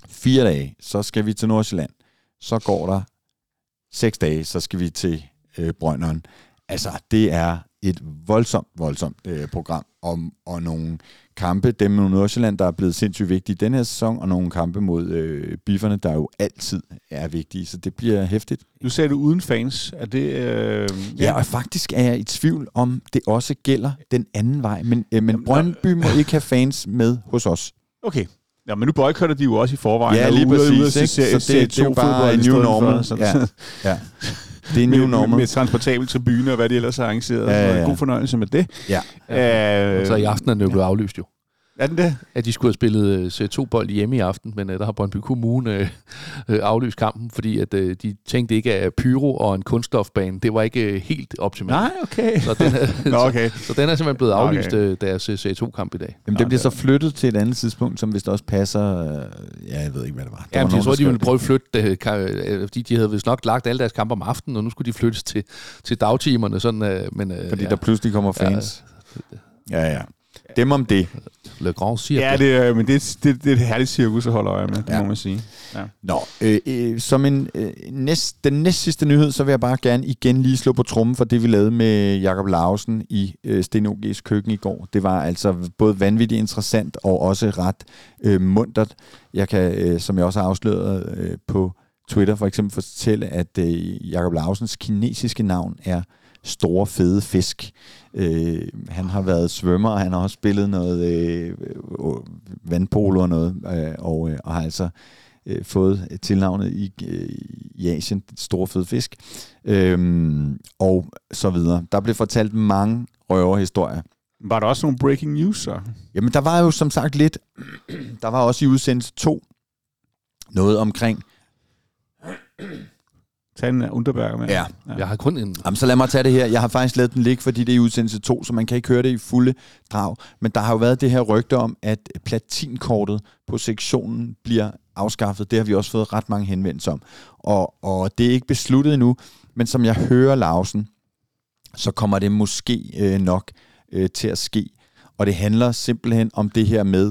Speaker 1: Fire dage, så skal vi til Nordsjælland. Så går der seks dage, så skal vi til øh, Brønderen. Altså, det er et voldsomt, voldsomt øh, program om, og nogle kampe, dem mod Nordsjælland, der er blevet sindssygt vigtige den her sæson, og nogle kampe mod øh, bifferne, der jo altid er vigtige, så det bliver hæftigt.
Speaker 4: Du sagde det uden fans. Er det... Øh,
Speaker 1: ja, og faktisk er jeg i tvivl om, det også gælder den anden vej, men, øh, men Brøndby må ikke have fans med hos os.
Speaker 4: Okay. Ja, men nu boykotter de jo også i forvejen.
Speaker 1: Ja, lige præcis. Ude, ude,
Speaker 4: så det, det er jo bare
Speaker 1: en new normal.
Speaker 4: For,
Speaker 1: ja. ja. Det er en new normal.
Speaker 4: Med, med transportabel tribune og hvad de ellers har arrangeret. Ja, ja, ja. God fornøjelse med det.
Speaker 1: Ja.
Speaker 3: Øh, så i aften er det jo blevet aflyst jo.
Speaker 4: Er den det?
Speaker 3: At de skulle have spillet C to bold hjemme i aften, men uh, der har Brøndby Kommune uh, aflyst kampen, fordi at, uh, de tænkte ikke, at pyro og en kunststofbane, det var ikke uh, helt optimalt.
Speaker 4: Nej, okay.
Speaker 3: Så den er,
Speaker 4: Nå, okay.
Speaker 3: så, så den er simpelthen blevet aflyst,
Speaker 4: okay.
Speaker 3: uh, deres C to kamp i dag.
Speaker 1: Jamen, det bliver så flyttet til et andet tidspunkt, som vist også passer... Uh, ja, jeg ved ikke, hvad det var.
Speaker 3: Ja, jeg tror, de ville prøve at flytte, uh, fordi de havde vist nok lagt alle deres kampe om aftenen, og nu skulle de flyttes til, til dagtimerne. Sådan, uh, men, uh,
Speaker 1: fordi
Speaker 3: ja.
Speaker 1: der pludselig kommer fans. Ja, ja. ja. Dem om det.
Speaker 3: Le Grand Cirque.
Speaker 4: Ja, det er, men det, det, det er et herligt cirkus at holde øje med, det ja. må man sige. Ja.
Speaker 1: Nå, øh, øh, som en øh, næst, den næst sidste nyhed, så vil jeg bare gerne igen lige slå på trommen for det, vi lavede med Jakob Lausen i øh, Sten O G's køkken i går. Det var altså både vanvittigt interessant og også ret øh, muntert. Jeg kan, øh, som jeg også har afsløret øh, på Twitter, for eksempel fortælle, at øh, Jakob Lausens kinesiske navn er Store Fede Fisk. Øh, han har været svømmer, og han har også spillet noget øh, vandpolo og noget, øh, og, øh, og har altså øh, fået tilnavnet i, øh, i Asien, Store Fede Fisk, øh, og så videre. Der blev fortalt mange røverhistorier.
Speaker 4: Var der også nogle breaking news, så?
Speaker 1: Jamen, der var jo som sagt lidt, der var også i udsendelse to noget omkring
Speaker 4: Tag en Underberger med.
Speaker 1: Ja.
Speaker 3: ja. Jeg har kun en...
Speaker 1: Jamen, så lad mig tage det her. Jeg har faktisk lavet den ligge, fordi det er i udsendelse to, så man kan ikke høre det i fulde drag. Men der har jo været det her rygte om, at platinkortet på sektionen bliver afskaffet. Det har vi også fået ret mange henvendelser om. Og, og det er ikke besluttet endnu, men som jeg hører Lausen, så kommer det måske øh, nok øh, til at ske. Og det handler simpelthen om det her med,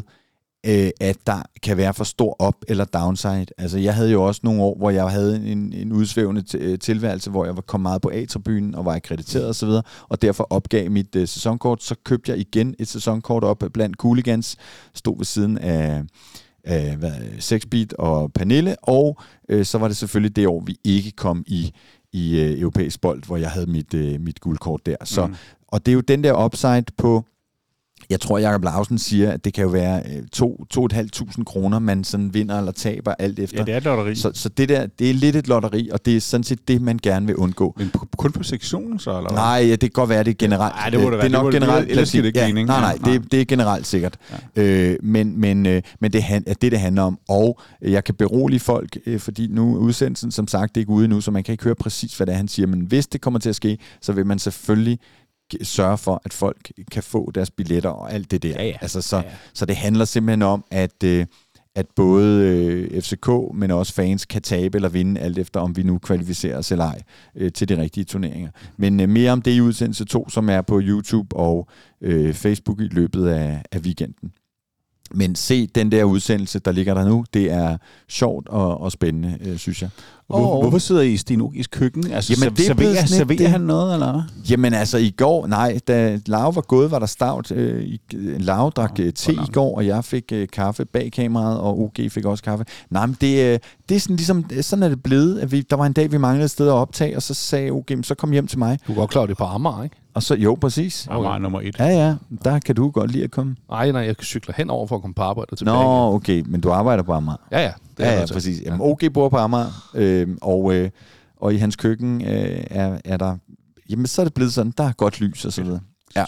Speaker 1: at der kan være for stor op- eller downside. Altså, jeg havde jo også nogle år, hvor jeg havde en, en udsvævende t- tilværelse, hvor jeg kom meget på A-tribunen og var akkrediteret osv., og, og derfor opgav mit uh, sæsonkort. Så købte jeg igen et sæsonkort op blandt Cooligans, stod ved siden af, af hvad, Sexbeat og Pernille, og øh, så var det selvfølgelig det år, vi ikke kom i, i øh, europæisk bold, hvor jeg havde mit, øh, mit guldkort der. Så, mm. Og det er jo den der upside på, jeg tror, Jakob Lausen siger, at det kan jo være to, to og et halvt tusind kroner, man sådan vinder eller taber alt efter.
Speaker 4: Ja, det er et lotteri.
Speaker 1: Så, så det der, det er lidt et lotteri, og det er sådan set det, man gerne vil undgå.
Speaker 4: Men på, kun på sektionen så, eller hvad?
Speaker 1: Nej, ja, det kan godt være, det er generelt.
Speaker 4: Nej, det må det være.
Speaker 1: Det er nok
Speaker 4: det
Speaker 1: generelt.
Speaker 4: Ellers giver det ikke mening.
Speaker 1: Nej, nej, nej. Det, det er generelt sikkert. Ja. Øh, men men, øh, men det er det, det handler om. Og jeg kan berolige folk, øh, fordi nu udsendelsen, som sagt, det er ikke ude nu, så man kan ikke høre præcis, hvad det er, han siger. Men hvis det kommer til at ske, så vil man selvfølgelig sørge for, at folk kan få deres billetter og alt det der.
Speaker 4: Ja, ja.
Speaker 1: Altså, så,
Speaker 4: ja, ja.
Speaker 1: så det handler simpelthen om, at, øh, at både øh, F C K, men også fans kan tabe eller vinde, alt efter om vi nu kvalificerer os eller ej øh, til de rigtige turneringer. Men øh, mere om det i udsendelse to, som er på YouTube og øh, Facebook i løbet af, af weekenden. Men se den der udsendelse, der ligger der nu. Det er sjovt og, og spændende, øh, synes jeg.
Speaker 4: Hvor, hvorfor sidder I i Sten O G's køkken? Altså,
Speaker 1: jamen, det
Speaker 4: serverer, serverer han noget, eller hvad?
Speaker 1: Jamen altså, i går, nej, da Lau var gået, var der stavt. Øh, Lau drak oh, te i går, og jeg fik øh, kaffe bag kameraet, og O G fik også kaffe. Nej, men det, øh, det er sådan ligesom, sådan er det blevet. At vi, der var en dag, vi manglede et sted at optage, og så sagde O G, så kom hjem til mig.
Speaker 3: Du er godt klar, det er på Amager, ikke?
Speaker 1: Og så, jo, præcis.
Speaker 4: Amager nummer et.
Speaker 1: Ja, ja, der kan du godt lide at komme.
Speaker 3: Nej, nej, jeg cykler hen over for at komme på arbejde og tilbage.
Speaker 1: Nå, okay, men du arbejder på Amager.
Speaker 3: Ja, ja. Det
Speaker 1: ja, ja, præcis. Jamen, O G bor på Amager, øh, og, øh, og i hans køkken øh, er, er der, jamen så er det blevet sådan, der er godt lys og så videre. Ja.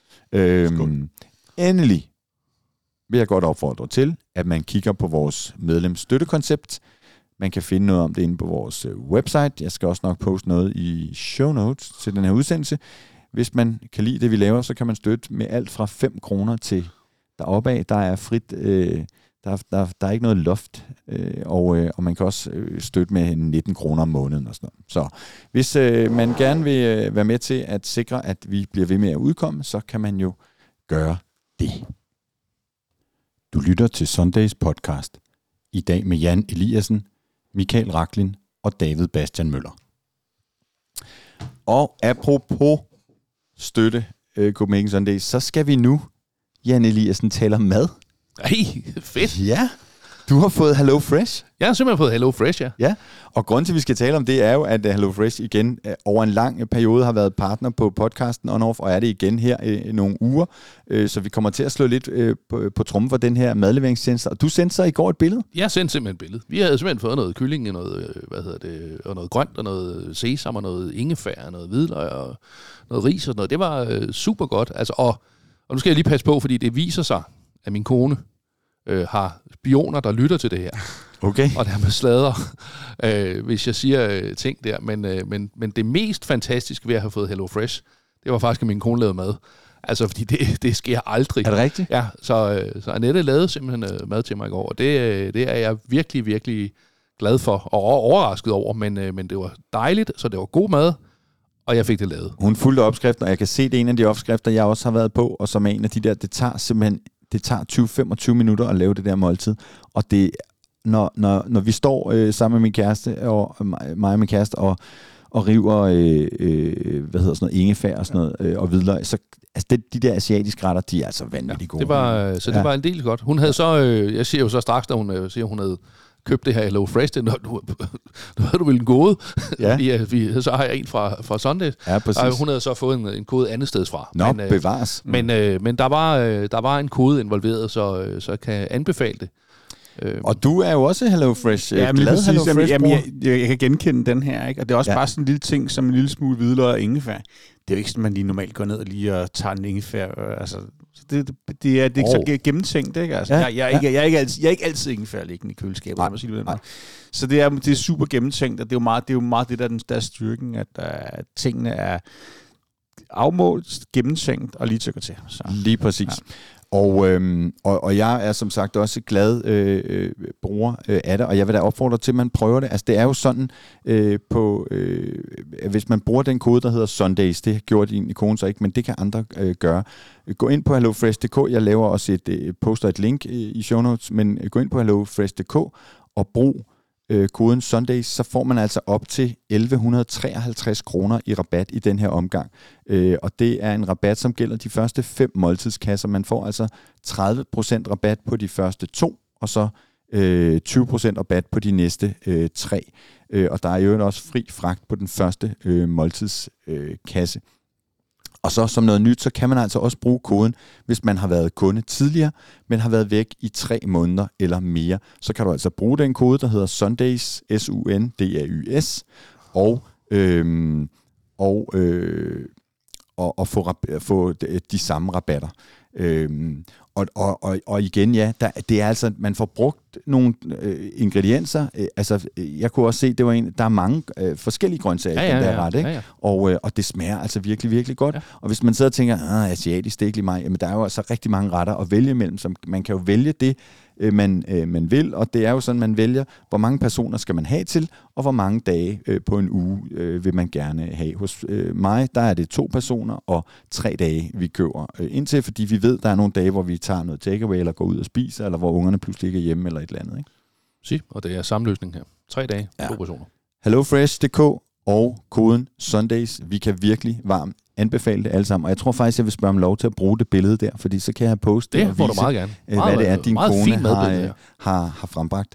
Speaker 1: Øhm, endelig vil jeg godt opfordre til, at man kigger på vores medlemsstøttekoncept. Man kan finde noget om det inde på vores website. Jeg skal også nok poste noget i show notes til den her udsendelse. Hvis man kan lide det, vi laver, så kan man støtte med alt fra fem kroner til deroppe af. Der er frit... Øh, Der, der, der er ikke noget loft, øh, og, øh, og man kan også øh, støtte med nitten kroner om måneden og sådan noget. Så hvis øh, man gerne vil øh, være med til at sikre, at vi bliver ved med at udkomme, så kan man jo gøre det. Du lytter til Sundays podcast. i dag med Jan Eliassen, Michael Raklin og David Bastian Møller. Og apropos støtte uh, Copenhagen Sundays, så skal vi nu, Jan Eliassen, tale om mad.
Speaker 3: Ej, fedt.
Speaker 1: Ja, du har fået Hello Fresh.
Speaker 3: Jeg har simpelthen fået Hello Fresh, ja.
Speaker 1: Ja, og grunden til, at vi skal tale om det, er jo, at Hello Fresh igen uh, over en lang periode har været partner på podcasten On-Off, og er det igen her i uh, nogle uger. Uh, så vi kommer til at slå lidt uh, på, på trummen for den her madleveringstjeneste. Og du sendte så i går et billede?
Speaker 3: Jeg sendte simpelthen et billede. Vi havde simpelthen fået noget kylling, noget, hvad hedder det, og noget grønt, og noget sesam, og noget ingefær, og noget hvidløg, og noget ris og sådan noget. Det var uh, super godt. Altså, og, og nu skal jeg lige passe på, fordi det viser sig, at min kone øh, har spioner, der lytter til det her.
Speaker 1: Okay.
Speaker 3: Og der med slader, øh, hvis jeg siger øh, ting der. Men, øh, men, men det mest fantastiske ved at have fået Hello Fresh, det var faktisk, at min kone lavede mad. Altså, fordi det, det sker aldrig.
Speaker 1: Er det rigtigt?
Speaker 3: Ja, så, øh, så Annette lavede simpelthen øh, mad til mig i går, og det, øh, det er jeg virkelig, virkelig glad for, og overrasket over, men, øh, men det var dejligt, så det var god mad, og jeg fik det lavet.
Speaker 1: Hun fulgte opskriften, og jeg kan se, det er en af de opskrifter, jeg også har været på, og som er en af de der, det tager simpelthen, det tager tyve til femogtyve minutter at lave det der måltid, og det, når, når, når vi står øh, sammen med min kæreste, og mig og min kæreste, og, og river, øh, øh, hvad hedder sådan noget, ingefær og sådan noget, øh, og hvidløg, så altså det, de der asiatiske retter, de er altså vanvittigt ja, gode.
Speaker 3: Det var, så det ja. var en del godt. Hun havde så, øh, jeg siger jo så straks, da hun øh, siger, hun havde købt det her Hello Fresh, det, når du, du havde du vel en kode. Ja. vi, vi, så har jeg en fra, fra Sundays.
Speaker 1: Ja, præcis.
Speaker 3: Og hun havde så fået en, en kode andet sted fra.
Speaker 1: Nå,
Speaker 3: men,
Speaker 1: bevares.
Speaker 3: Øh, men øh, men der, var, øh, der var en kode involveret, så, øh, så jeg kan anbefale det.
Speaker 1: Øh. Og du er jo også Hello Fresh.
Speaker 4: Ja,
Speaker 1: glad
Speaker 4: præcis,
Speaker 1: Hello Fresh,
Speaker 4: jamen, jeg, jeg, jeg kan genkende den her, ikke? Og det er også ja. bare sådan en lille ting, som en lille smule hvidløg og ingefær. Det er jo ikke sådan, man lige normalt går ned og lige og tager en ingefær. Altså, det, det, det er, det er ikke oh. så gennemtænkt, ikke? Altså, ja. jeg, jeg, er ikke, jeg, er ikke altid, jeg er ikke altid ingefær liggende i køleskabet. Nej, sige det nej. Så det er, det er super gennemtænkt, og det er jo meget det, er jo meget det der, der er styrken, at, at tingene er afmålt, gennemtænkt og lige til at gå til. Så.
Speaker 1: Lige præcis. Ja. Og, øhm, og, og jeg er som sagt også glad øh, øh, bruger øh, af det, og jeg vil da opfordre til, at man prøver det. Altså det er jo sådan, øh, på, øh, hvis man bruger den kode, der hedder Sundays, det gjorde din kone så ikke, men det kan andre øh, gøre. Gå ind på hellofresh punktum d k, jeg laver også et, øh, poster et link øh, i show notes, men gå ind på hellofresh punktum d k og brug øh, koden Sundays, så får man altså op til elleve treoghalvtreds kroner i rabat i den her omgang. Øh, og det er en rabat, som gælder de første fem måltidskasser. Man får altså tredive procent rabat på de første to, og så øh, tyve procent rabat på de næste øh, tre. Øh, og der er jo også fri fragt på den første øh, måltidskasse. Øh, Og så som noget nyt, så kan man altså også bruge koden, hvis man har været kunde tidligere, men har været væk i tre måneder eller mere. Så kan du altså bruge den kode, der hedder Sundays, S U N D A Y S, og, øhm, og, øh, og, og få, rab- få de, de samme rabatter. Øhm, og, og, og, og igen, ja, der, det er altså, man får brugt nogle øh, ingredienser. Øh, altså, jeg kunne også se, det var en, der er mange øh, forskellige grøntsager i ja, ja, den der ja, ret, ikke? Ja, ja. Og, øh, og det smager altså virkelig, virkelig godt. Ja. Og hvis man sidder og tænker, ah, asiatisk, det er ikke lige mig, jamen der er jo altså rigtig mange retter at vælge imellem, så man kan jo vælge det, øh, man, øh, man vil, og det er jo sådan, man vælger, hvor mange personer skal man have til, og hvor mange dage øh, på en uge øh, vil man gerne have. Hos øh, mig, der er det to personer og tre dage, vi køber øh, indtil, fordi vi ved, der er nogle dage, hvor vi tager noget takeaway, eller går ud og spiser, eller hvor ungerne pludselig ikke er hjemme, eller et eller andet, ikke?
Speaker 3: Sig, og det er sammenløsning her. Tre dage, ja. to personer. hellofresh punktum d k og koden Sundays. Vi kan virkelig varmt anbefale det alle sammen. Og jeg tror faktisk, jeg vil spørge om lov til at bruge det billede der, fordi så kan jeg poste det
Speaker 1: og vise,
Speaker 3: du meget gerne.
Speaker 1: hvad
Speaker 3: meget,
Speaker 1: det er, din kone har,
Speaker 3: ja.
Speaker 1: har, har frembragt.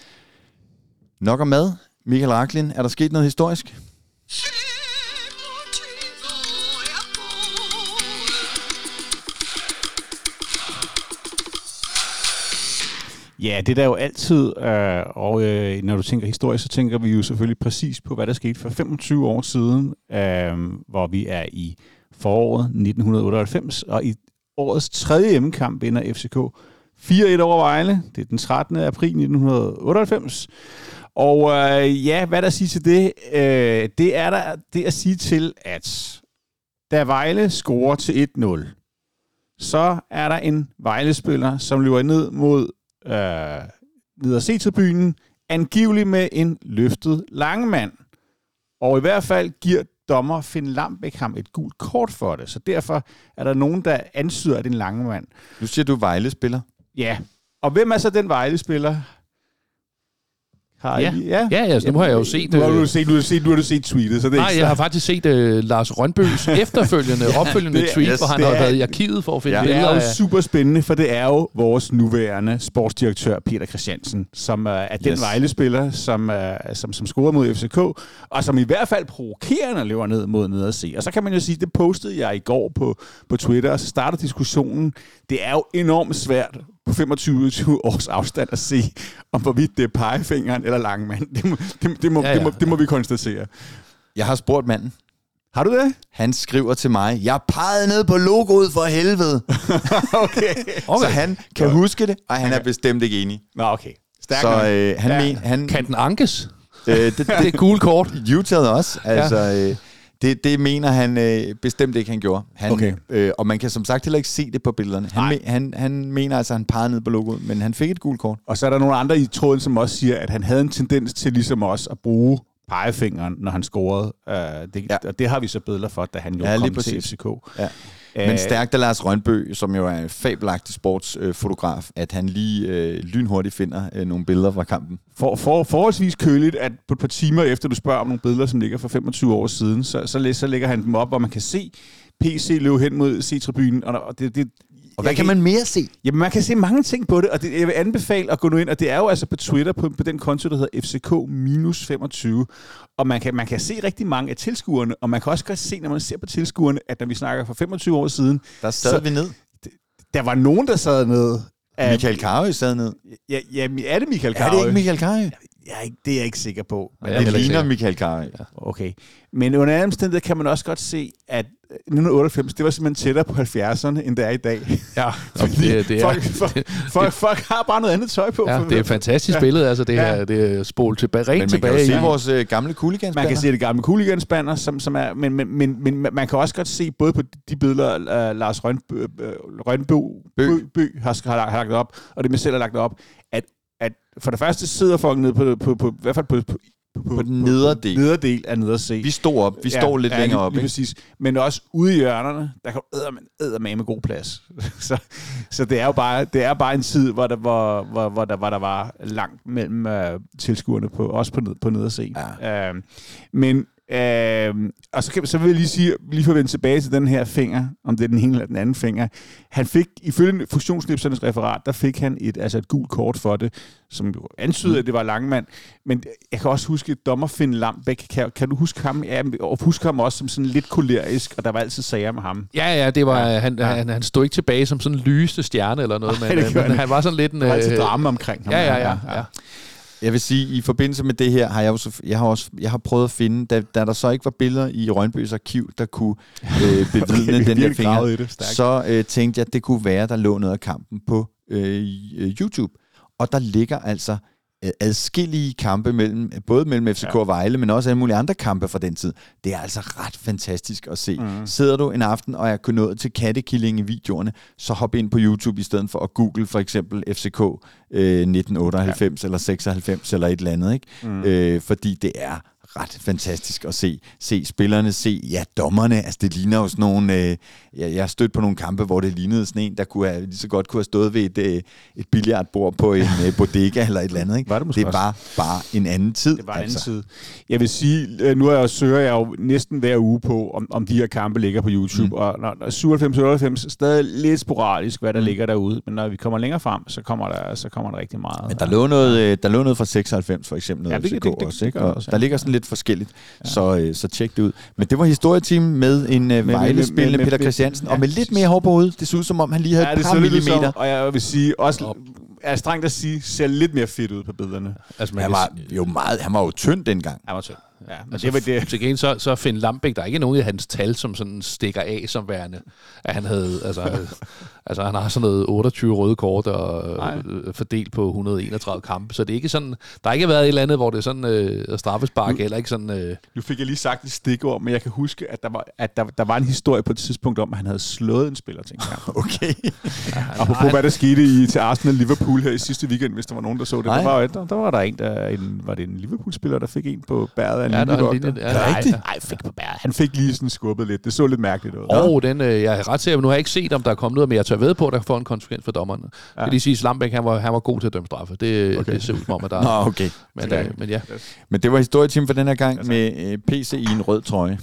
Speaker 1: Nok om mad. Michael Raklin, er der sket noget historisk?
Speaker 4: Ja, det der er jo altid, øh, og øh, når du tænker historisk, så tænker vi jo selvfølgelig præcis på, hvad der skete for femogtyve år siden, øh, hvor vi er i foråret nitten otteoghalvfems, og i årets tredje hjemmekamp vinder F C K fire et over Vejle. Det er den trettende april nitten otteoghalvfems. Og øh, ja, hvad der siger til det? Øh, det er der det at sige til, at da Vejle scorer til et nul, så er der en Vejle-spiller, som løber ned mod øh, ned ad C-tribunen, angiveligt med en løftet langmand. Og i hvert fald giver dommer Finn Lambæk ham et gult kort for det. Så derfor er der nogen, der ansyder, at det er en langmand.
Speaker 1: Nu siger du Vejle-spiller.
Speaker 4: Ja, og hvem er så den Vejle-spiller? Har
Speaker 3: Ja.
Speaker 4: I, ja,
Speaker 3: Ja, ja, så nu har jeg jo set...
Speaker 4: Nu har
Speaker 3: øh,
Speaker 4: du set, nu har du set, nu har du set tweetet, så det er
Speaker 3: Nej,
Speaker 4: ikke
Speaker 3: jeg har faktisk set uh, Lars Rønbøs efterfølgende, ja, opfølgende
Speaker 4: det er-
Speaker 3: tweet,
Speaker 1: yes,
Speaker 3: hvor han
Speaker 1: det
Speaker 3: har
Speaker 1: er-
Speaker 3: været i arkivet for at finde
Speaker 1: Ja.
Speaker 4: Det
Speaker 3: billeder
Speaker 4: er jo
Speaker 3: af...
Speaker 4: super spændende, for det er jo vores nuværende sportsdirektør, Peter Christiansen, som uh, er den
Speaker 1: Yes.
Speaker 4: Vejle-spiller, som, uh, som, som scorer mod F C K, og som i hvert fald provokerende løber ned mod ned at se. Og så kan man jo sige, det postede jeg i går på, på Twitter, og så starter diskussionen. Det er jo enormt svært på femogtyve års afstand at se, om hvorvidt det er pegefingeren eller Langmand. Det må, det, det, må,
Speaker 3: Ja, ja.
Speaker 4: det, må, det må vi konstatere.
Speaker 1: Jeg har spurgt manden.
Speaker 4: Har du det?
Speaker 1: Han skriver til mig, jeg pegede ned på logoet for helvede.
Speaker 4: Okay.
Speaker 1: Okay. Så han kan huske det, og han er bestemt ikke enig.
Speaker 4: Nå, okay. Stærk
Speaker 1: Så
Speaker 4: nok.
Speaker 1: øh, han,
Speaker 4: Ja.
Speaker 1: men, han
Speaker 3: Kan den ankes?
Speaker 1: øh, det,
Speaker 3: Det er gule kort.
Speaker 1: Utah'et også. Altså, øh, det, det mener han øh, bestemt ikke, han gjorde. Han,
Speaker 4: Okay.
Speaker 1: øh, og man kan som sagt heller ikke se det på billederne. Han,
Speaker 4: Nej.
Speaker 1: me, han, han mener altså, at han pegede ned på logoet, men han fik et gult kort.
Speaker 4: Og så er der nogle andre i tråden, som også siger, at han havde en tendens til ligesom os at bruge pegefingeren, når han scorede. Uh, det,
Speaker 1: Ja.
Speaker 4: ja. Og det har vi så billeder for, da han jo
Speaker 1: Ja,
Speaker 4: ja,
Speaker 1: lige
Speaker 4: kom til
Speaker 1: præcis.
Speaker 4: F C K.
Speaker 1: Ja.
Speaker 4: Øh,
Speaker 1: Men stærkt af Lars Rønbø, som jo er en fabelagtig sportsfotograf, at han lige øh, lynhurtigt finder øh, nogle billeder fra kampen.
Speaker 4: For, for, forholdsvis køligt, at på et par timer efter, du spørger om nogle billeder, som ligger for femogtyve år siden, så, så, læ- så lægger han dem op, hvor man kan se P C løbe hen mod C-tribunen. Og, og det, det,
Speaker 1: Og hvad kan man mere se?
Speaker 4: Jamen, man kan se mange ting på det, og det, jeg vil anbefale at gå nu ind, og det er jo altså på Twitter, på, på den konto, der hedder F C K femogtyve, og man kan, man kan se rigtig mange af tilskuerne, og man kan også godt se, når man ser på tilskuerne, at når vi snakker for femogtyve år siden,
Speaker 1: Der sad
Speaker 4: Så-
Speaker 1: vi ned.
Speaker 4: der var nogen, der sad ned. af-
Speaker 1: Michael Carøe sad ned.
Speaker 4: Ja, ja, er det Michael
Speaker 1: Er
Speaker 4: Carøe?
Speaker 1: det ikke Michael Carøe?
Speaker 4: Jeg er ikke, det er jeg ikke sikker på.
Speaker 3: Ja, jeg er
Speaker 1: Det
Speaker 3: heller ikke
Speaker 1: ligner
Speaker 3: sikker.
Speaker 1: Michael Carøe.
Speaker 4: Okay. Men under alle omstændigheder kan man også godt se, at nitten otteoghalvfems, det var simpelthen tættere på halvfjerdserne, end det er i dag.
Speaker 3: Ja, og det, det, er,
Speaker 4: folk, folk, folk, folk har bare noget andet tøj på.
Speaker 3: ja,
Speaker 4: for-
Speaker 3: det er et fantastisk billede, altså det her,
Speaker 4: Ja.
Speaker 3: det er spolet tilbage, rent
Speaker 1: Men man kan
Speaker 3: tilbage
Speaker 1: jo se
Speaker 3: i.
Speaker 1: vores øh, gamle cooligansbander.
Speaker 4: Man kan se det gamle cooligansbanner, som, som er, men, men, men, men man kan også godt se, både på de billeder, uh, Lars Rønbø, Rønbø
Speaker 1: Bø.
Speaker 4: Bø, Bø har, har, lagt- har lagt op, og det med selv har lagt op, at, at for det første sidder folk nede på, på, på, i hvert fald på, på,
Speaker 1: På den nederdel.
Speaker 4: nederdel af nede at se.
Speaker 1: Vi står op. Vi står lidt længere
Speaker 4: lige,
Speaker 1: op.
Speaker 4: lige
Speaker 1: Ikke?
Speaker 4: præcis. Men også ude i hjørnerne, der kan eddermame med god plads. så, så det er jo bare, det er bare en tid, hvor der, hvor, hvor, hvor der, hvor der var langt mellem uh, tilskuerne, på, også på, ned, på ned at se.
Speaker 1: Ja.
Speaker 4: Uh, men Uh, og så, kan, så vil jeg lige sige, lige for at vende tilbage til den her finger, om det er den ene eller den anden finger. Han fik, ifølge fusionslipsernes referat, der fik han et, altså et gult kort for det, som jo antydede, mm. at det var Langmand. Men jeg kan også huske dommer Finn Lambæk. Kan, kan du huske ham? Ja, og huske ham også som sådan lidt kolerisk, og der var altid sager med ham.
Speaker 3: Ja, ja, det var,
Speaker 4: Ja.
Speaker 3: han,
Speaker 4: Ja.
Speaker 3: Han, han stod ikke tilbage som sådan en lysende stjerne eller noget,
Speaker 4: Nej,
Speaker 3: men,
Speaker 4: det
Speaker 3: øh,
Speaker 4: gjorde
Speaker 3: men
Speaker 4: han
Speaker 3: han var sådan lidt en...
Speaker 4: Der var altid
Speaker 3: øh,
Speaker 4: drama omkring ham.
Speaker 3: Ja, ja, ja. ja.
Speaker 1: Jeg vil sige, i forbindelse med det her, har jeg jo så, jeg har også jeg har prøvet at finde, da, da der så ikke var billeder i Rønbøs arkiv, der kunne øh, bevidne
Speaker 4: Okay,
Speaker 1: den der
Speaker 4: virkelig
Speaker 1: finger,
Speaker 4: gravet i det. Stærkt.
Speaker 1: så øh, tænkte jeg, at det kunne være, der lå noget af kampen på øh, YouTube. Og der ligger altså øh, adskillige kampe, mellem, både mellem F C K
Speaker 4: Ja.
Speaker 1: og Vejle, men også alle mulige andre kampe fra den tid. Det er altså ret fantastisk at se. Mm. Sidder du en aften og er nået til kattekilling i videoerne, så hop ind på YouTube i stedet for at google for eksempel F C K øh, nitten otteoghalvfems ja. eller seksoghalvfems eller et eller andet, ikke? Mm. Øh, fordi det er ret fantastisk at se. Se spillerne, se, ja, dommerne, altså det ligner jo sådan nogle, øh, jeg, jeg har stødt på nogle kampe, hvor det lignede sådan en, der kunne have, lige så godt kunne have stået ved et, øh, et billiardbord på en øh, bodega eller et eller andet, ikke?
Speaker 4: Var det måske
Speaker 1: det
Speaker 4: også?
Speaker 1: var bare en anden tid.
Speaker 4: Det var en anden tid. Jeg vil sige, øh, nu er jeg, søger jeg jo næsten hver uge på, om, om de her kampe ligger på YouTube, mm. og når, når syvoghalvfems otteoghalvfems er stadig lidt sporadisk, hvad der mm. ligger derude, men når vi kommer længere frem, så kommer der, så kommer der rigtig meget.
Speaker 1: Men der lå noget, øh, der lå noget fra seksoghalvfems for eksempel,
Speaker 4: Ja,
Speaker 1: noget
Speaker 4: det-
Speaker 1: F C K
Speaker 4: det- det-
Speaker 1: også,
Speaker 4: det
Speaker 1: ikke?
Speaker 4: gør
Speaker 1: Og
Speaker 4: også, ja.
Speaker 1: der ligger sådan lidt forskelligt, ja. så, øh, så tjek det ud. Men det var historieteam med en øh,
Speaker 4: med-
Speaker 1: Vejle-spillende
Speaker 4: med-
Speaker 1: Peter
Speaker 4: med-
Speaker 1: Christiansen,
Speaker 4: ja.
Speaker 1: og med lidt mere hår på hovedet. Det så ud som om, han lige havde
Speaker 4: Ja,
Speaker 1: et
Speaker 4: det
Speaker 1: par
Speaker 4: så lidt ud
Speaker 1: millimeter.
Speaker 4: som, og jeg vil sige, også er strengt at sige, ser lidt mere fedt ud på billederne.
Speaker 3: Altså, man
Speaker 1: Han
Speaker 3: kan
Speaker 1: var jo meget, han var jo tynd dengang.
Speaker 4: Han var tynd. Ja, men
Speaker 3: Altså,
Speaker 4: det var det.
Speaker 3: til gengæld så, så Finn Lambæk, der er ikke nogen af hans tal, som sådan stikker af som værende, at han havde, altså, altså han har sådan noget otteogtyve røde kort og øh, fordelt på et hundrede og enogtredive kampe, så det er ikke sådan, der har ikke været et eller andet, hvor det er sådan øh, straffespark, eller ikke sådan... Øh,
Speaker 4: Nu fik jeg lige sagt et stikord, men jeg kan huske, at der var, at der, der var en historie på et tidspunkt om, at han havde slået en spiller til en kamp.
Speaker 1: Okay.
Speaker 4: Og på hvad der skete i, til Arsenal-Liverpool her i sidste weekend, hvis der var nogen, der så det.
Speaker 1: Nej.
Speaker 4: Der var, der, der var der en, der, en, var det en Liverpool-spiller, der fik en på bæret af en
Speaker 1: en
Speaker 3: Ja, der er en
Speaker 1: linjevogter.
Speaker 3: linje. Ja,
Speaker 4: Er det
Speaker 3: nej,
Speaker 4: rigtigt?
Speaker 3: ja.
Speaker 4: Nej, fik på bær. Han fik lige sådan skubbet lidt. Det så lidt mærkeligt ud.
Speaker 3: Og den, øh, jeg er ret sikker, nu har jeg ikke set, om der er kommet noget, men jeg tør ved på, at der får en konsekvens for dommerne. Ja. Jeg kan lige sige, at Slambæk, han var, han var god til at dømme straffe. Det, okay. det ser ud som om, at der
Speaker 1: Nå, okay.
Speaker 3: men, øh, men ja.
Speaker 1: Men det var historietime for den her gang med øh, P C i en rød trøje.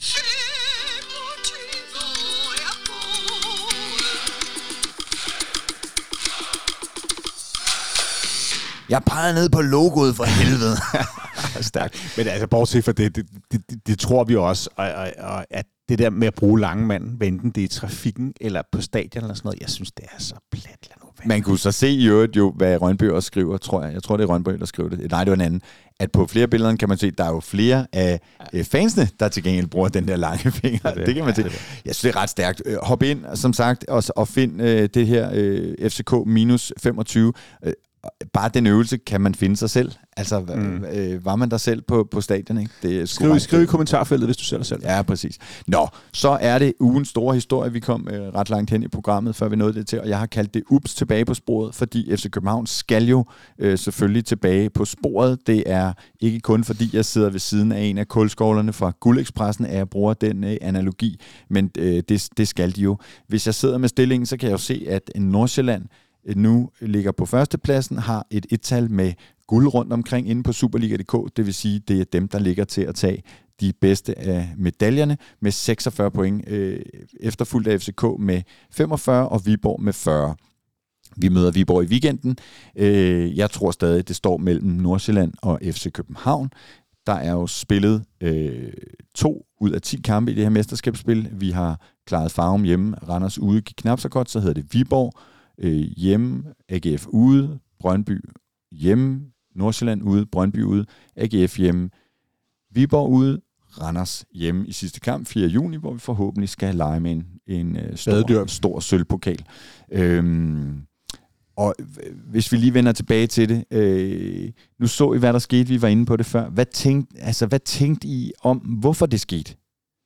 Speaker 1: Jeg peger ned på logoet for helvede.
Speaker 4: Stærkt. Men altså, bortset fra det, det, det, det, det tror vi også, og, og, og at det der med at bruge lange mand, enten det er i trafikken eller på stadion eller sådan noget, jeg synes, det er så plat.
Speaker 1: Man kunne så se i øvrigt jo, hvad Rønby også skriver, tror jeg. Jeg tror, det er Rønby, der skriver det. Nej, det var en anden. At på flere billeder kan man se, at der er jo flere af øh, fansene, der til gengæld bruger den der lange finger. Det, det kan man se. Jeg synes, det er ret stærkt. Hop ind, som sagt, og, og find øh, det her øh, F C K minus femogtyve. Øh, bare den øvelse kan man finde sig selv. Altså, mm. øh, var man der selv på, på stadion, ikke? Det er
Speaker 4: skriv, skriv i kommentarfeltet, hvis du ser dig selv.
Speaker 1: Ja, præcis. Nå, så er det ugens store historie. Vi kom øh, ret langt hen i programmet, før vi nåede det til, og jeg har kaldt det ups tilbage på sporet, fordi F C København skal jo øh, selvfølgelig tilbage på sporet. Det er ikke kun fordi, jeg sidder ved siden af en af kulskovlerne fra Guldekspressen, at jeg bruger den øh, analogi, men øh, det, det skal de jo. Hvis jeg sidder med stillingen, så kan jeg jo se, at Nordsjælland nu ligger på førstepladsen, har et et-tal med guld rundt omkring inde på Superliga punktum d k. Det vil sige, det er dem, der ligger til at tage de bedste af medaljerne med seksogfyrre point, øh, efterfulgt af F C K med femogfyrre og Viborg med fyrre. Vi møder Viborg i weekenden. Øh, jeg tror stadig, det står mellem Nordsjælland og F C København. Der er jo spillet øh, to ud af ti kampe i det her mesterskabsspil. Vi har klaret Farum hjemme, Randers ude gik knap så godt, så hedder det Viborg øh, hjemme, A G F ude, Brøndby hjemme, Nordsjælland ude, Brøndby ude, A G F hjemme, Viborg ude, Randers hjemme i sidste kamp, fjerde juni, hvor vi forhåbentlig skal lege med en, en øh, stor, stor sølvpokal. Øhm, og hvis vi lige vender tilbage til det, øh, nu så I, hvad der skete, vi var inde på det før. Hvad tænkte, altså, hvad tænkte I om, hvorfor det skete?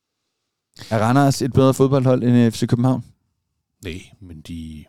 Speaker 1: Er Randers et bedre fodboldhold end F C København?
Speaker 3: Nej, men de,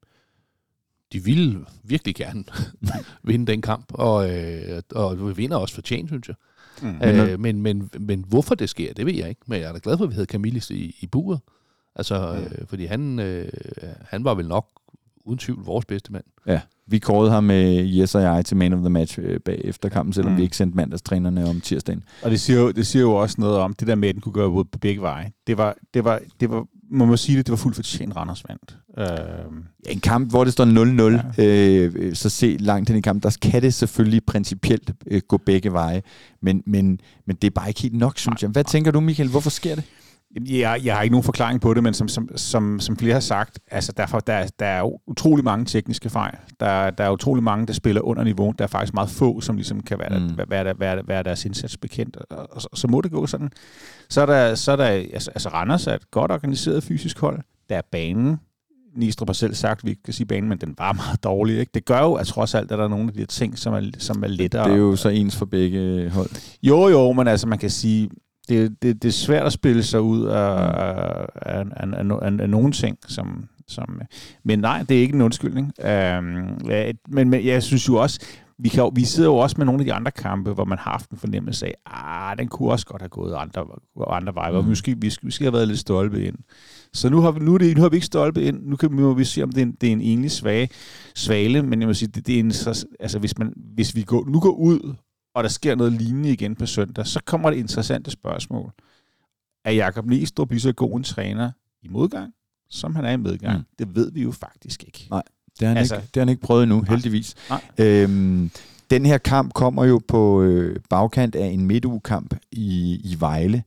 Speaker 3: de ville virkelig gerne vinde den kamp, og, øh, og vi vinder også fortjent, synes jeg. Mm. Øh, men, men, men hvorfor det sker, det ved jeg ikke. Men jeg er da glad for, at vi havde Camillis i, i buret. Altså, mm. øh, fordi han, øh, han var vel nok uden tvivl vores bedste mand.
Speaker 1: Ja, vi kårede ham med Yes og jeg til man of the match øh, bagefter kampen, selvom mm. vi ikke sendte mandagstrænerne om tirsdagen.
Speaker 4: Og det siger, jo, det siger jo også noget om, det der med, at den kunne gøre ud på begge veje. Det var, det var, det var, må man sige det, det var fuldt fortjent Randers vandt. Øh,
Speaker 1: ja, en kamp, hvor det står nul nul, ja. øh, så se langt hen i kampen, der kan det selvfølgelig principielt øh, gå begge veje, men, men, men det er bare ikke helt nok, synes jeg. Hvad tænker du, Michael? Hvorfor sker det?
Speaker 4: Jeg, jeg har ikke nogen forklaring på det, men som, som, som, som flere har sagt, altså derfor, der, der er jo utrolig mange tekniske fejl. Der, der er utrolig mange, der spiller under niveau. Der er faktisk meget få, som ligesom kan være, mm. der, være, der, være, være deres indsats bekendt. Og, og så, så må det gå sådan. Så er der, så er der altså, altså Randers er et godt organiseret fysisk hold. Der er banen. Nistrup har selv sagt, at vi ikke kan sige banen, men den var meget dårlig. Ikke? Det gør jo, at trods alt, at der er nogle af de her ting, som er, som er lettere.
Speaker 1: Det er jo så ens for begge hold.
Speaker 4: Jo, jo, men altså man kan sige... Det, det, det er svært at spille sig ud af, af, af, af, af nogle ting, som, som, men nej, det er ikke en undskyldning. Um, men, men jeg synes jo også, vi, kan, vi sidder jo også med nogle af de andre kampe, hvor man har haft en fornemmelse af, ah, den kunne også godt have gået andre, andre veje, hvor mm. måske, vi, skal, vi skal have været lidt stolpe ind. Så nu har vi, nu, det, nu har vi ikke stolpe ind, nu kan vi, vi se, om det er en, det er en egentlig svage, svale, men jeg må sige, det, det er en, altså hvis, man, hvis vi går, nu går ud, og der sker noget lignende igen på søndag, så kommer det interessante spørgsmål. Er Jakob Nistrup lige så god en træner i modgang, som han er i medgang? Mm. Det ved vi jo faktisk ikke.
Speaker 1: Nej, det har han, altså, ikke, det har han ikke prøvet endnu, heldigvis.
Speaker 4: Nej.
Speaker 1: Øhm, den her kamp kommer jo på øh, bagkant af en midtugekamp i, i Vejle,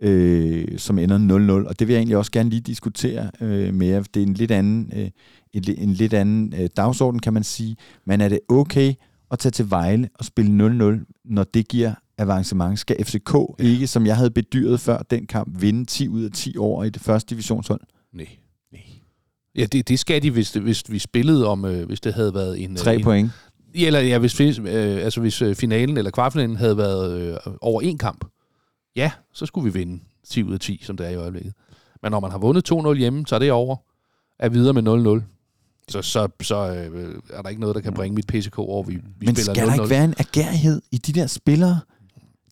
Speaker 1: øh, som ender nul nul, og det vil jeg egentlig også gerne lige diskutere øh, med jer. Det er en lidt anden, øh, en, en lidt anden øh, dagsorden, kan man sige. Men er det okay at tage til Vejle og spille nul nul, når det giver avancement? Skal F C K ja. ikke, som jeg havde bedyret før den kamp, vinde ti ud af ti år i det første divisionshold?
Speaker 3: Nej. Nej. Ja, det, det skal de, hvis, det, hvis vi spillede om, øh, hvis det havde været en...
Speaker 1: Tre
Speaker 3: en,
Speaker 1: point.
Speaker 3: Ja, eller ja, hvis, øh, altså, hvis øh, finalen eller kvartfinalen havde været øh, over en kamp, ja, så skulle vi vinde ti ud af ti, som det er i øjeblikket. Men når man har vundet to nul hjemme, så er det over. Er videre med nul nul. Så, så, så øh, er der ikke noget, der kan bringe mit P C K over, vi, vi
Speaker 1: Men
Speaker 3: spiller
Speaker 1: skal der ikke være en agerighed i de der spillere?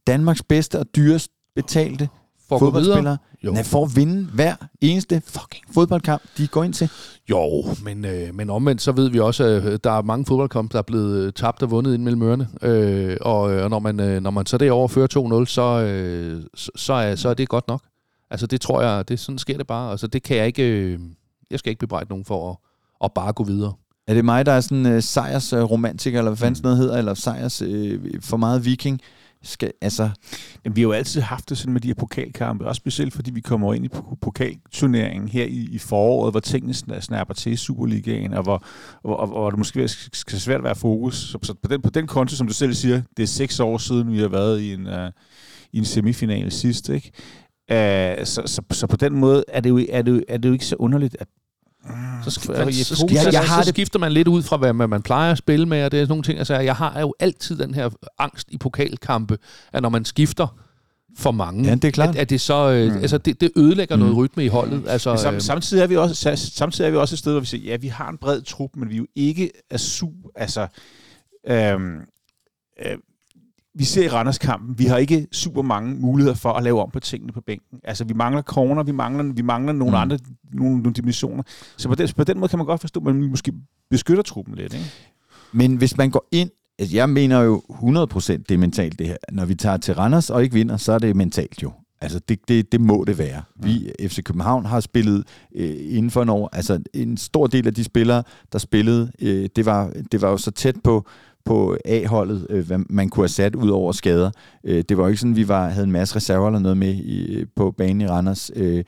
Speaker 1: Danmarks bedste og dyrest betalte
Speaker 3: For
Speaker 1: fodboldspillere, nej, for at vinde hver eneste fucking fodboldkamp, de går ind til.
Speaker 3: Jo, men, øh, men omvendt så ved vi også, at øh, der er mange fodboldkampe, der er blevet tabt og vundet ind mellem ørerne. Øh, og og når, man, øh, når man så derovre fører to nul, så, øh, så, så, er, så er det godt nok. Altså det tror jeg, det sådan sker det bare. Altså det kan jeg ikke, øh, jeg skal ikke bebrejde nogen for at, at bare gå videre.
Speaker 1: Er det mig, der er sådan uh, sejrsromantiker, eller hvad fanden sådan noget hedder, eller sejrs uh, for meget viking? Skal, altså...
Speaker 4: Jamen, vi har jo altid haft det sådan med de her pokalkampe, også specielt fordi vi kommer ind i pokalturneringen her i, i foråret, hvor tingene snapper til i Superligaen, og hvor, og, og, og det måske skal svært at være fokus. Så, så på, den, på den konto, som du selv siger, det er seks år siden, vi har været i en, uh, i en semifinale sidst, ikke? Uh, så, så, så på den måde er det jo, er det jo, er det jo ikke så underligt, at
Speaker 3: Så, sk-
Speaker 4: jeg,
Speaker 3: man, så, sk-
Speaker 1: jeg,
Speaker 3: så,
Speaker 1: jeg har
Speaker 3: så skifter man lidt ud fra, hvad man, man plejer at spille med, og det er sådan nogle ting. Altså, jeg har jo altid den her angst i pokalkampe, at når man skifter for mange,
Speaker 1: ja, det er klart.
Speaker 3: At, at det så øh, mm. altså, det, det ødelægger mm. noget rytme i holdet. Altså,
Speaker 4: sam, samtidig er vi også samtidig er vi også et sted, hvor vi siger, ja, vi har en bred trup, men vi er jo ikke er super, altså øhm, øh, vi ser i Randers-kampen, vi har ikke super mange muligheder for at lave om på tingene på bænken. Altså, vi mangler corner, vi mangler, vi mangler nogle mm. andre nogle, nogle dimensioner. Så på den, på den måde kan man godt forstå, at man måske beskytter truppen lidt, ikke?
Speaker 1: Men hvis man går ind, altså jeg mener jo hundrede procent det er mentalt det her. Når vi tager til Randers og ikke vinder, så er det mentalt jo. Altså det, det, det må det være. Vi, F C København, har spillet øh, inden for en år, altså en stor del af de spillere, der spillede, øh, det, var, det var jo så tæt på, på A-holdet, øh, hvad man kunne have sat ud over skader. Øh, det var jo ikke sådan, vi var, havde en masse reserver eller noget med i, på banen i Randers. Øh,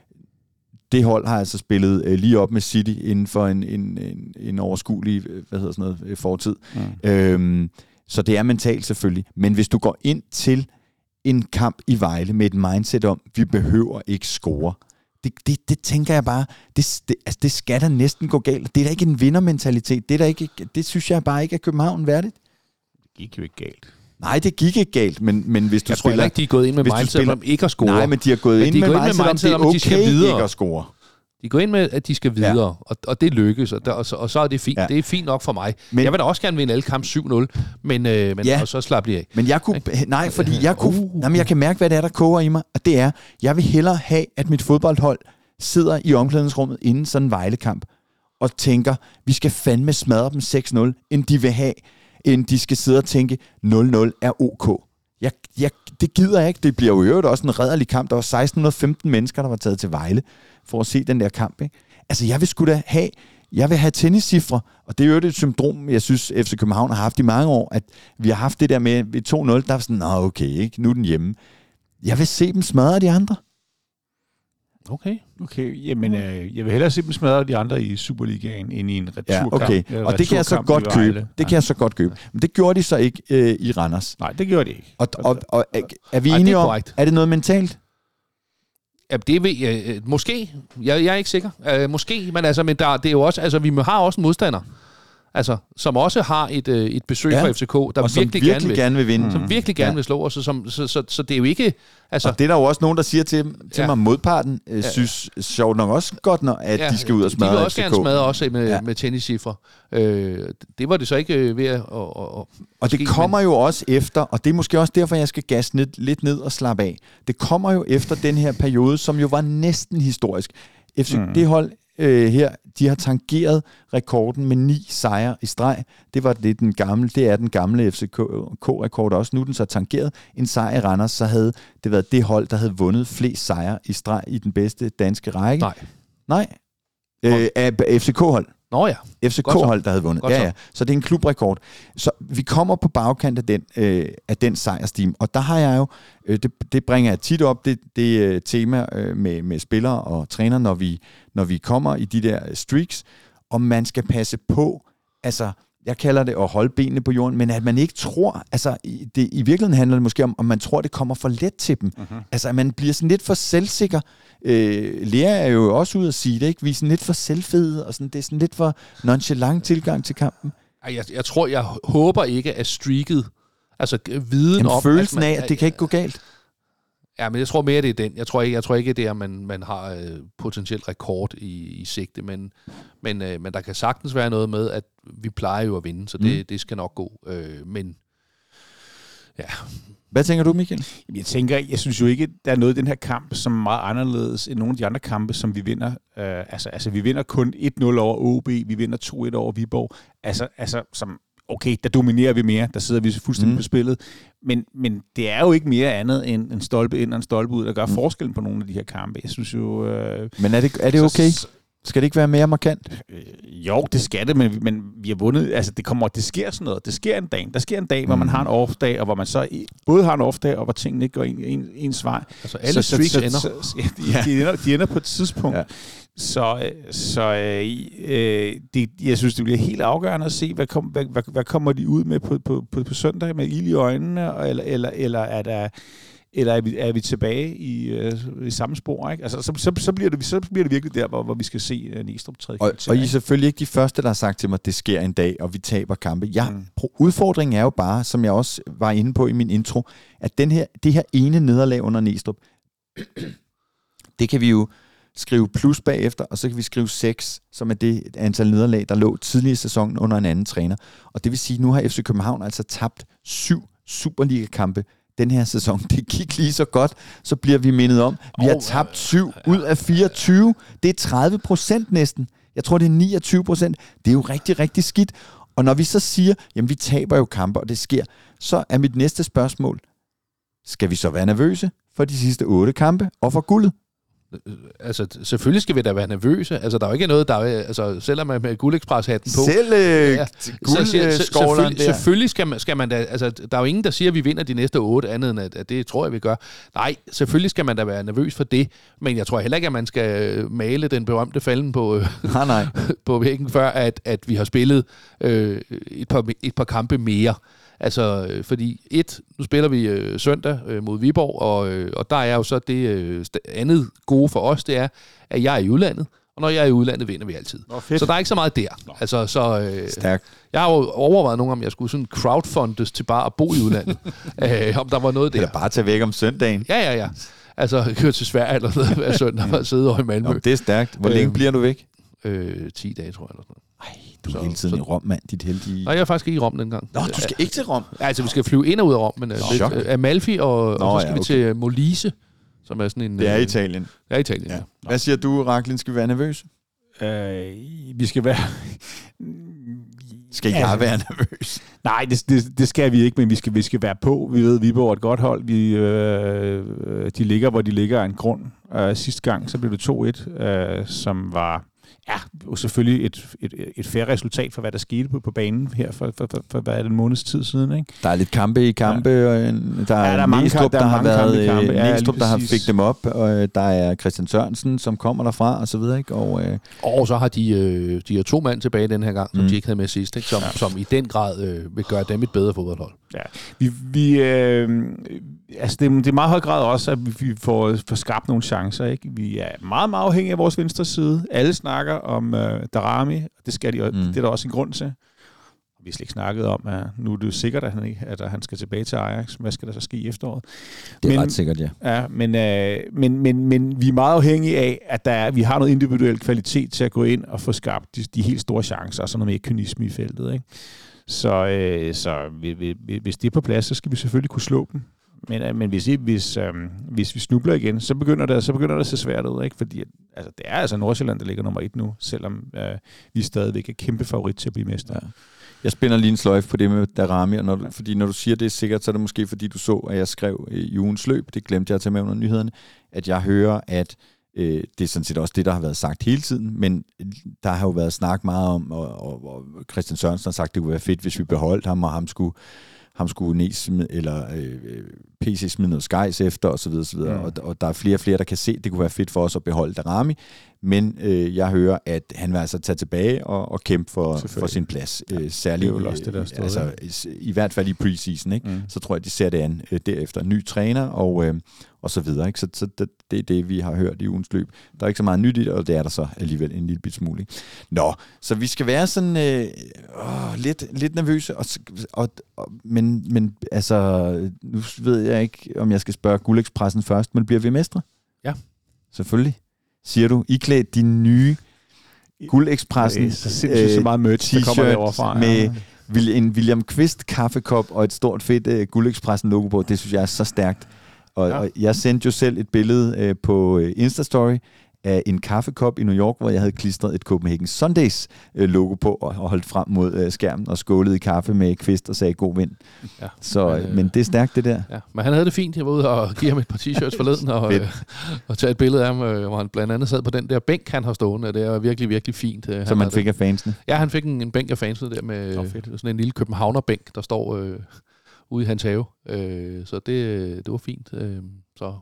Speaker 1: det hold har altså spillet øh, lige op med City inden for en, en, en, en overskuelig hvad hedder sådan noget, fortid. Mm. Øhm, så det er mentalt selvfølgelig. Men hvis du går ind til en kamp i Vejle med et mindset om, vi behøver ikke score, det, det, det tænker jeg bare, det, det, altså det skal da næsten gå galt. Det er da ikke en vindermentalitet. Det, er da ikke, det synes jeg bare ikke er København værdigt.
Speaker 4: Det gik jo ikke galt.
Speaker 1: Nej, det gik ikke galt, men, men hvis du
Speaker 3: jeg
Speaker 1: spiller...
Speaker 3: tror ikke, de er gået ind med mindset om ikke at score.
Speaker 1: Nej, men de har gået ind,
Speaker 3: de
Speaker 1: med,
Speaker 3: ind
Speaker 1: mindset
Speaker 3: med
Speaker 1: mindset om, det er
Speaker 3: de
Speaker 1: okay videre. Ikke at score.
Speaker 3: De går ind med, at de skal videre, ja. og, og det lykkes, og, der, og, så, og så er det fint. Ja. Det er fint nok for mig. Men, jeg vil da også gerne vinde alle kamp syv nul, men, øh, men ja. og så slap de af.
Speaker 1: Men jeg kunne... Nej, fordi jeg kunne... Uh. Jamen, jeg kan mærke, hvad det er, der koger i mig, og det er, jeg vil hellere have, at mit fodboldhold sidder i omklædningsrummet inden sådan en Vejle-kamp, og tænker, vi skal fandme smadre dem seks nul, end de vil have, end de skal sidde og tænke, nul nul er ok. Jeg, jeg, det gider jeg ikke. Det bliver jo øvrigt også en rædderlig kamp. Der var seksten femten mennesker, der var taget til Vejle for at se den der kamp. Ikke? Altså, jeg vil sgu da have, jeg vil have tenniscifre, og det er jo et symptom, jeg synes, F C København har haft i mange år, at vi har haft det der med ved to nul, der er sådan, nå okay, ikke? Nu er den hjemme. Jeg vil se dem smadre de andre.
Speaker 3: Okay.
Speaker 4: Okay, jamen, øh, jeg vil hellere se dem smadre de andre i Superligaen, end i en returkamp.
Speaker 1: Ja, okay. Og det kan jeg så godt købe. Det ja. kan jeg så godt købe. Men det gjorde de så ikke øh, i Randers.
Speaker 4: Nej, det gjorde de ikke.
Speaker 1: Og, og, og er, er vi Ej, enige om, er det noget mentalt?
Speaker 3: Ja, det ved jeg. Øh, måske. Jeg, jeg er ikke sikker. Øh, måske, men altså, men der, det er jo også, altså, vi har også en modstander. Altså, som også har et, øh, et besøg ja. fra F C K, der virkelig,
Speaker 1: virkelig gerne, vil, gerne vil vinde.
Speaker 3: Som virkelig gerne ja. vil slå os. Så, som, så, så, så det er jo ikke... Altså,
Speaker 1: og det er der jo også nogen, der siger til, til ja. mig, modparten øh, ja. synes sjovt nok også godt, når, at ja. de skal ud og smadre F C K.
Speaker 3: De vil også gerne smadre også med, ja. med tenniscifre. Øh, det var det så ikke øh, ved at... Og, og,
Speaker 1: og det kommer men... jo også efter, og det er måske også derfor, jeg skal gasse ned, lidt ned og slappe af. Det kommer jo efter den her periode, som jo var næsten historisk. F C K, mm. det hold... Øh, her, de har tangeret rekorden med ni sejre i streg. Det var det, den gamle, det er den gamle F C K-rekord også. Nu er den så tangeret en sejr i Randers, så havde det været det hold, der havde vundet flest sejre i streg i den bedste danske række.
Speaker 3: Nej.
Speaker 1: Nej. Øh, af F C K-hold.
Speaker 3: Nå ja.
Speaker 1: F C K-hold, der havde vundet. Ja, ja. Så det er en klubrekord. Så vi kommer på bagkant af den, øh, af den sejrsteam. Og der har jeg jo, øh, det, det bringer jeg tit op, det, det øh, tema øh, med, med spillere og træner, når vi, når vi kommer i de der streaks, om man skal passe på, altså, jeg kalder det at holde benene på jorden, men at man ikke tror, altså, det, i virkeligheden handler det måske om, om man tror, det kommer for let til dem. Uh-huh. Altså, at man bliver sådan lidt for selvsikker. Øh, Lea er jo også ude at sige det, ikke? Vi er sådan lidt for selvfede, og sådan, det er sådan lidt for nonchalant tilgang til kampen.
Speaker 3: Jeg, jeg tror, jeg håber ikke, at streaket, altså viden
Speaker 1: Jamen,
Speaker 3: om...
Speaker 1: følelsen at man, af, at det kan ikke gå galt.
Speaker 3: Ja, men jeg tror mere, det er den. Jeg tror ikke, jeg tror ikke det er, at man, man har øh, potentielt rekord i, i sigte, men, men, øh, men der kan sagtens være noget med, at vi plejer jo at vinde, så det, mm. det skal nok gå. Øh, men Ja.
Speaker 1: Hvad tænker du, Michael?
Speaker 4: Jeg tænker, jeg synes jo ikke, der er noget i den her kamp, som er meget anderledes end nogle af de andre kampe, som vi vinder. Øh, altså, altså, vi vinder kun et nul over O B, vi vinder to et over Viborg. Altså, altså som, okay, der dominerer vi mere, der sidder vi fuldstændig mm. på spillet. Men, men det er jo ikke mere andet end en stolpe ind og en stolpe ud, der gør mm. forskellen på nogle af de her kampe. Jeg synes jo... Øh,
Speaker 1: men er det, er det okay?
Speaker 4: Så,
Speaker 1: Skal det ikke være mere markant?
Speaker 4: Øh, jo, det skal det, men, men vi har vundet. Altså, det kommer, det sker sådan noget. Det sker en dag. Der sker en dag, hvor man har en off-dag, og hvor man så i, både har en off-dag, og hvor tingene ikke går en, en, ens vej.
Speaker 3: Altså, alle så, streaks så, ender. Så, så,
Speaker 4: ja, de, ender. De ender på et tidspunkt. Ja. Så, så øh, det, jeg synes, det bliver helt afgørende at se, hvad, kom, hvad, hvad, hvad kommer de ud med på, på, på, på søndag med ild i øjnene, eller, eller, eller er der... Eller er vi, er vi tilbage i, øh, i samme spor, ikke? Altså, så, så, så, bliver det, så bliver det virkelig der, hvor, hvor vi skal se uh, Næstrup træde.
Speaker 1: Og, og I er selvfølgelig ikke de første, der har sagt til mig, at det sker en dag, og vi taber kampe. Ja, mm. Udfordringen er jo bare, som jeg også var inde på i min intro, at den her, det her ene nederlag under Næstrup, det kan vi jo skrive plus bagefter, og så kan vi skrive seks, som er det antal nederlag, der lå tidligere i sæsonen under en anden træner. Og det vil sige, at nu har F C København altså tabt syv Superliga-kampe den her sæson. Det gik lige så godt, så bliver vi mindet om. Vi har tabt syv ud af fireogtyve. Det er tredive procent næsten. Jeg tror, det er niogtyve procent. Det er jo rigtig, rigtig skidt. Og når vi så siger, jamen vi taber jo kampe, og det sker, så er mit næste spørgsmål, skal vi så være nervøse for de sidste otte kampe og for guldet?
Speaker 3: Altså, selvfølgelig skal vi da være nervøse. Altså, der er jo ikke noget, der er, altså, selvom man med Guld-Express-hatten på.
Speaker 1: Selv øh, ja,
Speaker 3: guld selvfølgelig, selvfølgelig skal man, skal man da, altså, der er jo ingen, der siger, at vi vinder de næste otte, andet end at, at det tror jeg, vi gør. Nej, selvfølgelig skal man da være nervøs for det, men jeg tror heller ikke, at man skal male den berømte falden på,
Speaker 1: nej, nej.
Speaker 3: på væggen, før at, at vi har spillet øh, et, par, et par kampe mere. Altså, fordi et, nu spiller vi øh, søndag øh, mod Viborg, og, øh, og der er jo så det øh, andet gode for os, det er, at jeg er i udlandet, og når jeg er i udlandet, vinder vi altid. Nå, så der er ikke så meget der. Nå. Altså, så, øh,
Speaker 1: Stærkt.
Speaker 3: Jeg har jo overvejet nogle, om jeg skulle sådan crowdfundes til bare at bo i udlandet. øh, om der var noget der.
Speaker 1: Eller bare tage væk om søndagen.
Speaker 3: Ja, ja, ja. Altså, køre til Sverige eller noget hver søndag og sidde over i Malmø.
Speaker 1: Nå, det er stærkt. Hvor længe øh, bliver du væk?
Speaker 3: Øh, ti dage, tror jeg. Eller sådan noget.
Speaker 1: Ej, du er så, hele tiden så, i Rom, mand. Dit heldige...
Speaker 3: Nej, jeg er faktisk ikke i Rom dengang.
Speaker 1: Nå, du skal ikke til Rom?
Speaker 3: Ja, altså, vi skal flyve ind og ud af Rom, men Nå, lidt, øh, Amalfi, og, Nå, og så skal ja, okay. vi til Molise, som er sådan en...
Speaker 1: Det er øh, Italien.
Speaker 3: Det er Italien, ja.
Speaker 1: ja. Hvad siger du, Racklin? Skal vi være nervøse?
Speaker 4: Øh, vi skal være...
Speaker 1: Skal jeg altså, være nervøs?
Speaker 4: Nej, det, det, det skal vi ikke, men vi skal, vi skal være på. Vi ved, at Viborg er et godt hold. Vi, øh, de ligger, hvor de ligger af en grund. Øh, sidste gang, så blev det to et, øh, som var... Ja, og selvfølgelig et, et, et fair resultat for, hvad der skete på, på banen her for, for, for, for hvad er det, en måneds tid siden, ikke?
Speaker 1: Der er lidt kampe i kampe, ja. og en, der er, ja, er Næstrup, der, der har været kampe. Ja, Næstrup, der har fik dem op, og der er Christian Sørensen, som kommer derfra, og så videre, ikke? Og, øh...
Speaker 3: og så har de, øh, de har to mand tilbage den her gang, som mm. de ikke havde med sidst, ikke? Som, ja. som i den grad øh, vil gøre dem et bedre fodboldhold.
Speaker 4: Ja, vi... vi øh, altså det, det er meget høj grad også, at vi får, får skabt nogle chancer, ikke? Vi er meget, meget afhængige af vores venstre side. Alle snakker om øh, Darami, det skal de, mm. det er der også en grund til. Vi har slet ikke snakket om, at nu er det jo sikkert, at han, ikke, at han skal tilbage til Ajax. Hvad skal der så ske i efteråret?
Speaker 1: Det er
Speaker 4: men,
Speaker 1: ret sikkert, ja.
Speaker 4: Ja, men, øh, men, men, men vi er meget afhængige af, at der er, vi har noget individuel kvalitet til at gå ind og få skabt de, de helt store chancer, og sådan noget mere kynisme i feltet, ikke? Så, øh, så hvis det er på plads, så skal vi selvfølgelig kunne slå dem. Men, men hvis, hvis, øh, hvis vi snubler igen, så begynder det, så begynder det at se svært ud, ikke? Fordi altså, det er altså Nordsjælland, der ligger nummer et nu, selvom øh, vi stadigvæk er kæmpe favorit til at blive mester. Ja.
Speaker 1: Jeg spænder lige en sløjf på det med Darami, og når du, fordi når du siger det er sikkert, så er det måske fordi du så, at jeg skrev i ugens løb, det glemte jeg at tage med under nyhederne, at jeg hører, at øh, det er sådan set også det, der har været sagt hele tiden, men der har jo været snak meget om, og, og, og Christian Sørensen har sagt, at det kunne være fedt, hvis vi beholdt ham, og ham skulle ham skulle Nes eller øh, P C smide noget skejs efter, og så videre, så videre. Mm. Og, og der er flere og flere, der kan se, at det kunne være fedt for os at beholde Darami, men øh, jeg hører, at han vil altså tage tilbage og, og kæmpe for, for sin plads. Øh, særligt,
Speaker 4: det er også det, der stod,
Speaker 1: altså, i, i hvert fald i preseason, ikke? Mm. Så tror jeg, de ser det an øh, derefter. Ny træner og, øh, og så videre. Ikke? Så, så det, det er det, vi har hørt i ugens løb. Der er ikke så meget nyt i det, og det er der så alligevel en lille bit smule. Ikke? Nå, så vi skal være sådan øh, åh, lidt, lidt nervøse, og, og, og, men, men altså, nu ved jeg ikke, om jeg skal spørge Guld-Expressen først, men bliver vi mestre?
Speaker 3: Ja.
Speaker 1: Selvfølgelig. Siger du, iklædt de nye Guld-Expressen
Speaker 4: så sindssygt så meget merch, der kommer derovre fra.
Speaker 1: Med, en William Kvist kaffekop og et stort fedt uh, Guldekspressen logo på, det synes jeg er så stærkt. Og, ja. og jeg sendte jo selv et billede uh, på uh, Instastory af en kaffekop i New York, hvor jeg havde klistret et Copenhagen Sundays uh, logo på og, og holdt frem mod uh, skærmen og skålede i kaffe med Kvist og sagde god vind. Ja, så, men, øh, men det er stærkt, det der.
Speaker 3: Ja, men han havde det fint. Jeg var ude og give ham et par t-shirts forleden og, øh, og tage et billede af ham, øh, hvor han blandt andet sad på den der bænk, han har stående. Det er virkelig, virkelig fint. Øh,
Speaker 1: Som han fik af fansene?
Speaker 3: Ja, han fik en, en bænk af fansene der med oh, sådan en lille københavnerbænk, der står øh, ude i hans have. Øh, så det, det var fint. Øh, så.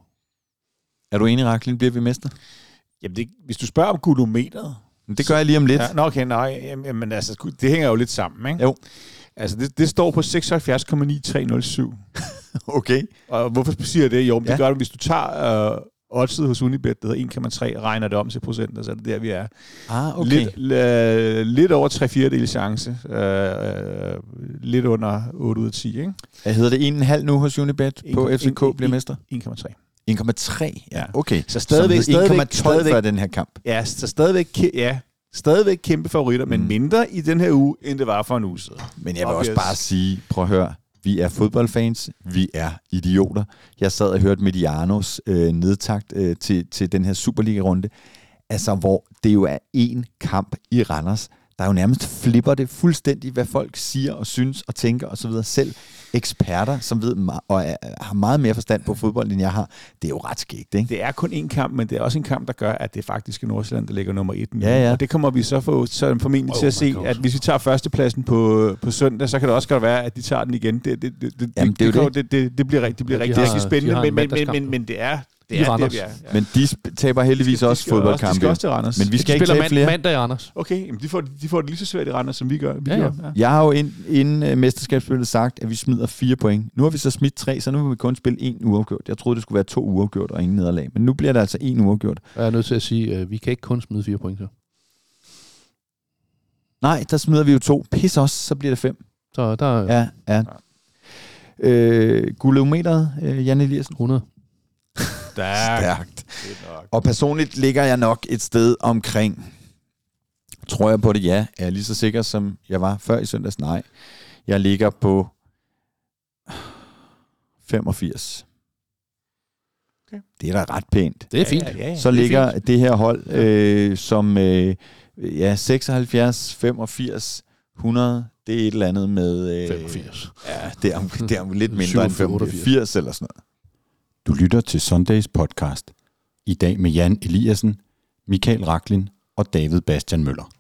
Speaker 1: Er du enig, Racklin? Bliver vi mester?
Speaker 4: Jamen, det, hvis du spørger om guldometeret...
Speaker 1: Det gør jeg lige om lidt.
Speaker 4: Ja, nå, okay, nej, jamen, altså, det hænger jo lidt sammen, ikke?
Speaker 1: Jo.
Speaker 4: Altså, det, det står på seksoghalvfjerds komma ni tre nul syv.
Speaker 1: Okay.
Speaker 4: Og hvorfor siger jeg det? Jo, men
Speaker 1: ja.
Speaker 4: det gør det, hvis du tager øh, oddset hos Unibet, der hedder en komma tre, regner det om til procenter, så er det der, vi er.
Speaker 1: Ah, okay.
Speaker 4: Lidt, l- lidt over tre fjerdedel chance. Øh, lidt under otte ud af ti, ikke?
Speaker 1: Hvad hedder det? en komma fem nu hos Unibet på F C K bliver mester?
Speaker 4: en komma tre.
Speaker 1: en komma tre? Ja, okay.
Speaker 4: Så stadigvæk,
Speaker 1: en komma tolv før den her kamp.
Speaker 4: Ja, så stadigvæk, ja, stadigvæk kæmpe favoritter, mm. men mindre i den her uge, end det var for en uge siden.
Speaker 1: Men jeg vil Obvious. også bare sige, prøv at høre, vi er fodboldfans, vi er idioter. Jeg sad og hørte Medianos øh, nedtakt øh, til, til den her Superliga-runde, altså hvor det jo er én kamp i Randers, der jo nærmest flipper det fuldstændig, hvad folk siger og synes og tænker og så videre. Selv eksperter, som ved meget, og er, har meget mere forstand på fodbold, end jeg har, det er jo ret skægt, ikke?
Speaker 4: Det er kun én kamp, men det er også en kamp, der gør, at det faktisk er Nordsjælland, der ligger nummer et.
Speaker 1: Ja, ja.
Speaker 4: Og det kommer vi så, få, så formentlig oh, til at se, at hvis vi tager førstepladsen på, på søndag, så kan det også godt være, at de tager den igen. Det, det, det, det,
Speaker 1: Jamen, det, det,
Speaker 4: det, det, det bliver rigtig, det bliver
Speaker 3: ja,
Speaker 4: rigtig,
Speaker 3: har,
Speaker 4: rigtig spændende,
Speaker 3: de
Speaker 4: men, men, men, men, men det er... Det er det, vi er. Ja.
Speaker 1: Men de taber heldigvis de skal, også fodboldkampe.
Speaker 4: De skal også til Randers.
Speaker 1: Men vi skal
Speaker 3: de
Speaker 1: ikke tage flere.
Speaker 3: mandag i Randers.
Speaker 4: Okay, jamen de, får, de får det lige så svært i Randers, som vi gør. Vi
Speaker 3: ja,
Speaker 4: gør.
Speaker 3: Ja.
Speaker 4: Ja.
Speaker 1: Jeg har jo ind, inden uh, mesterskabsspillet sagt, at vi smider fire point. Nu har vi så smidt tre, så nu vil vi kun spille en uafgjort. Jeg troede, det skulle være to uafgjort og ingen nederlag. Men nu bliver det altså en uafgjort.
Speaker 3: Jeg er nødt til at sige, at vi kan ikke kun smide fire point så.
Speaker 1: Nej, der smider vi jo to. Pis også, så bliver det fem.
Speaker 3: Så der
Speaker 1: Ja, ja. Øh, Guldometeret, øh, Jan Eliassen?
Speaker 3: hundrede.
Speaker 4: Stærkt.
Speaker 1: Stærkt. Og personligt ligger jeg nok et sted omkring, tror jeg på det, ja. Er jeg lige så sikker, som jeg var før i søndags? Nej. Jeg ligger på femogfirs.
Speaker 4: Okay.
Speaker 1: Det er da ret pænt.
Speaker 3: Det er fint.
Speaker 4: Ja, ja, ja,
Speaker 1: så
Speaker 4: det
Speaker 1: ligger
Speaker 4: fint.
Speaker 1: det her hold øh, som øh, ja, seksoghalvfjerds, femogfirs, hundrede. Det er et eller andet med... Øh,
Speaker 3: femogfirs.
Speaker 1: Ja, det er, det er lidt mindre end
Speaker 3: femogfirs.
Speaker 1: firs eller sådan noget. Du lytter til Sundays podcast. I dag med Jan Eliassen, Michael Racklin og David Bastian Møller.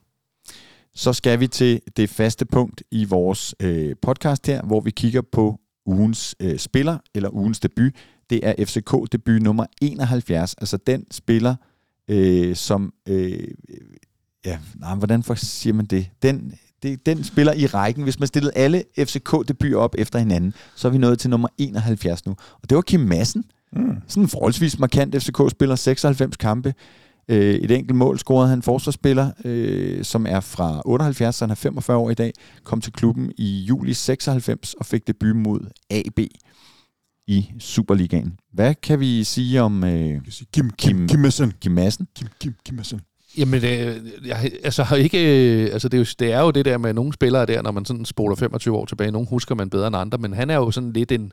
Speaker 1: Så skal vi til det faste punkt i vores øh, podcast her, hvor vi kigger på ugens øh, spiller, eller ugens debut. Det er F C K-debut nummer enoghalvfjerds, altså den spiller, øh, som... Øh, ja, nej, hvordan siger man det? Den... Det, den spiller i rækken. Hvis man stillede alle F C K-debuter op efter hinanden, så er vi nået til nummer enoghalvfjerds nu. Og det var Kim Madsen. Mm. Sådan en forholdsvis markant F C K-spiller. seksoghalvfems kampe. Øh, et enkelt mål scorede han. Forsvarsspiller, øh, som er fra otteoghalvfjerds, så han er femogfyrre år i dag. Kom til klubben i juli seksoghalvfems og fik debut mod A B i Superligaen. Hvad kan vi sige om øh,
Speaker 4: Kim, Kim, Kim Madsen?
Speaker 1: Kim Madsen?
Speaker 4: Kim, Kim, Kim Madsen.
Speaker 3: Jamen, det, jeg, altså, har ikke, altså det, er jo, det er jo det der med nogle spillere der, når man sådan spoler femogtyve år tilbage. Nogle husker man bedre end andre, men han er jo sådan lidt en...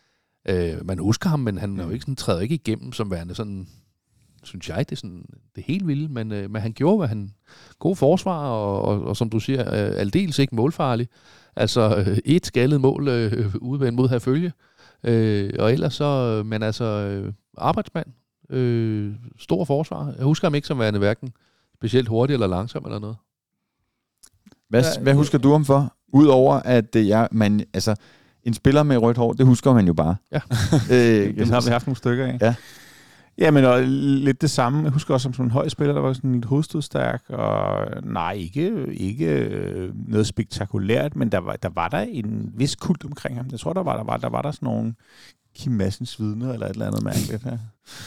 Speaker 3: Øh, man husker ham, men han er jo ikke sådan, træder ikke igennem som værende sådan... Synes jeg, det er sådan det er helt vildt, men, øh, men han gjorde, hvad han... God forsvar, og, og, og som du siger, øh, aldeles ikke målfarlig. Altså, øh, et skaldet mål øh, ude ved en mod herfølge. Øh, og ellers så... Men altså, øh, arbejdsmand. Øh, stor forsvar. Jeg husker ham ikke som værende hverken specielt hurtig eller langsom eller noget.
Speaker 1: Hvad,
Speaker 4: Ja,
Speaker 1: hvad husker du om for? Udover at øh, jeg, man, altså, en spiller med rødt hår, det husker man jo bare.
Speaker 3: Ja.
Speaker 1: øh,
Speaker 4: Det har vi haft nogle stykker af.
Speaker 1: Ja.
Speaker 4: Ja, men og lidt det samme. Jeg husker også som sådan en høj spiller, der var sådan lidt hovedstødstærk, og nej, ikke, ikke noget spektakulært, men der var, der var der en vis kult omkring ham. Jeg tror, der var der, var, der, var der sådan nogle Kim Madsens vidner, eller et eller andet mærkeligt her.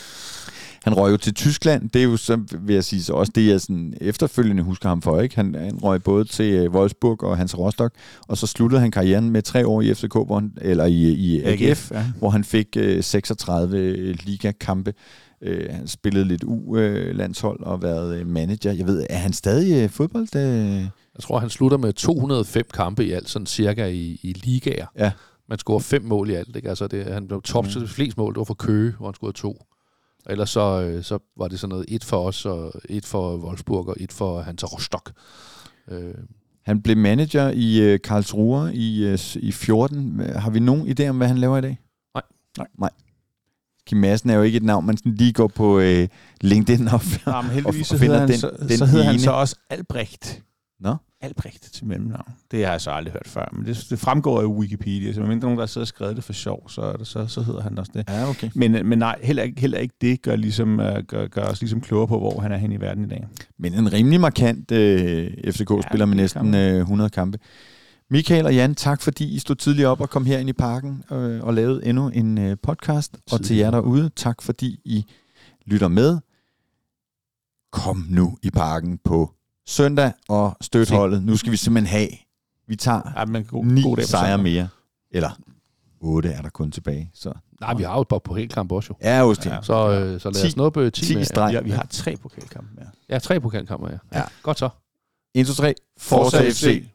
Speaker 1: Han røg jo til Tyskland. Det er jo så, vil jeg sige, så også det, jeg sådan efterfølgende husker ham for. Ikke? Han, han røg både til Wolfsburg og Hans Rostock, og så sluttede han karrieren med tre år i F C K, hvor han, eller i, i A G F, ja. Hvor han fik øh, seksogtredive ligakampe. Øh, han spillede lidt U-landshold og været manager. Jeg ved, er han stadig øh, fodbold? Øh?
Speaker 3: Jeg tror, han slutter med to hundrede og fem kampe i alt, sådan cirka i, i ligaer.
Speaker 1: Ja.
Speaker 3: Man scorer fem mål i alt. Ikke? Altså det, han blev top til mm. flest mål. Det var for Køge, hvor han scorede to. Ellers så, så var det sådan noget et for os, og et for Wolfsburg, og et for Hansa Rostock. Øh.
Speaker 1: Han blev manager i uh, Karlsruhe i, uh, i fjorten. Har vi nogen idé om, hvad han laver i dag?
Speaker 3: Nej.
Speaker 1: Nej. Nej. Kim Madsen er jo ikke et navn, man sådan lige går på uh, LinkedIn og,
Speaker 4: ja, men heldigvis
Speaker 1: og, og
Speaker 4: så hedder,
Speaker 1: finder
Speaker 4: han,
Speaker 1: den,
Speaker 4: så,
Speaker 1: den
Speaker 4: så hedder
Speaker 1: ene.
Speaker 4: han så også Albrecht.
Speaker 1: Nå?
Speaker 4: Albrecht til mellemnavn. Det har jeg så aldrig hørt før, men det, det fremgår af Wikipedia, så medmindre nogen, der sidder og skrevet det for sjov, så, det, så, så hedder han også det.
Speaker 1: Ja, okay.
Speaker 4: Men, men nej, heller ikke, heller ikke det gør, ligesom, uh, gør, gør os ligesom klogere på, hvor han er henne i verden i dag.
Speaker 1: Men en rimelig markant uh, F C K-spiller ja, med næsten uh, hundrede kampe. Michael og Jan, tak fordi I stod tidligt op og kom her ind i parken øh, og lavede endnu en øh, podcast. Tidlig. Og til jer derude, tak fordi I lytter med. Kom nu i parken på søndag og støt holdet. Nu skal vi simpelthen have. Vi tager
Speaker 4: ja, men god,
Speaker 1: ni
Speaker 4: god
Speaker 1: sejre mere. Eller otte er der kun tilbage. Så.
Speaker 3: Nej, vi har jo et par pokalkampe også jo.
Speaker 1: Ja, også det.
Speaker 3: Ja, så, øh, så lad os snuppe ti, ti
Speaker 1: streg.
Speaker 4: Ja, vi har tre pokalkampe mere.
Speaker 3: Ja, tre pokalkampe, ja.
Speaker 1: ja.
Speaker 3: Godt så.
Speaker 1: en, to, tre. Forza F C.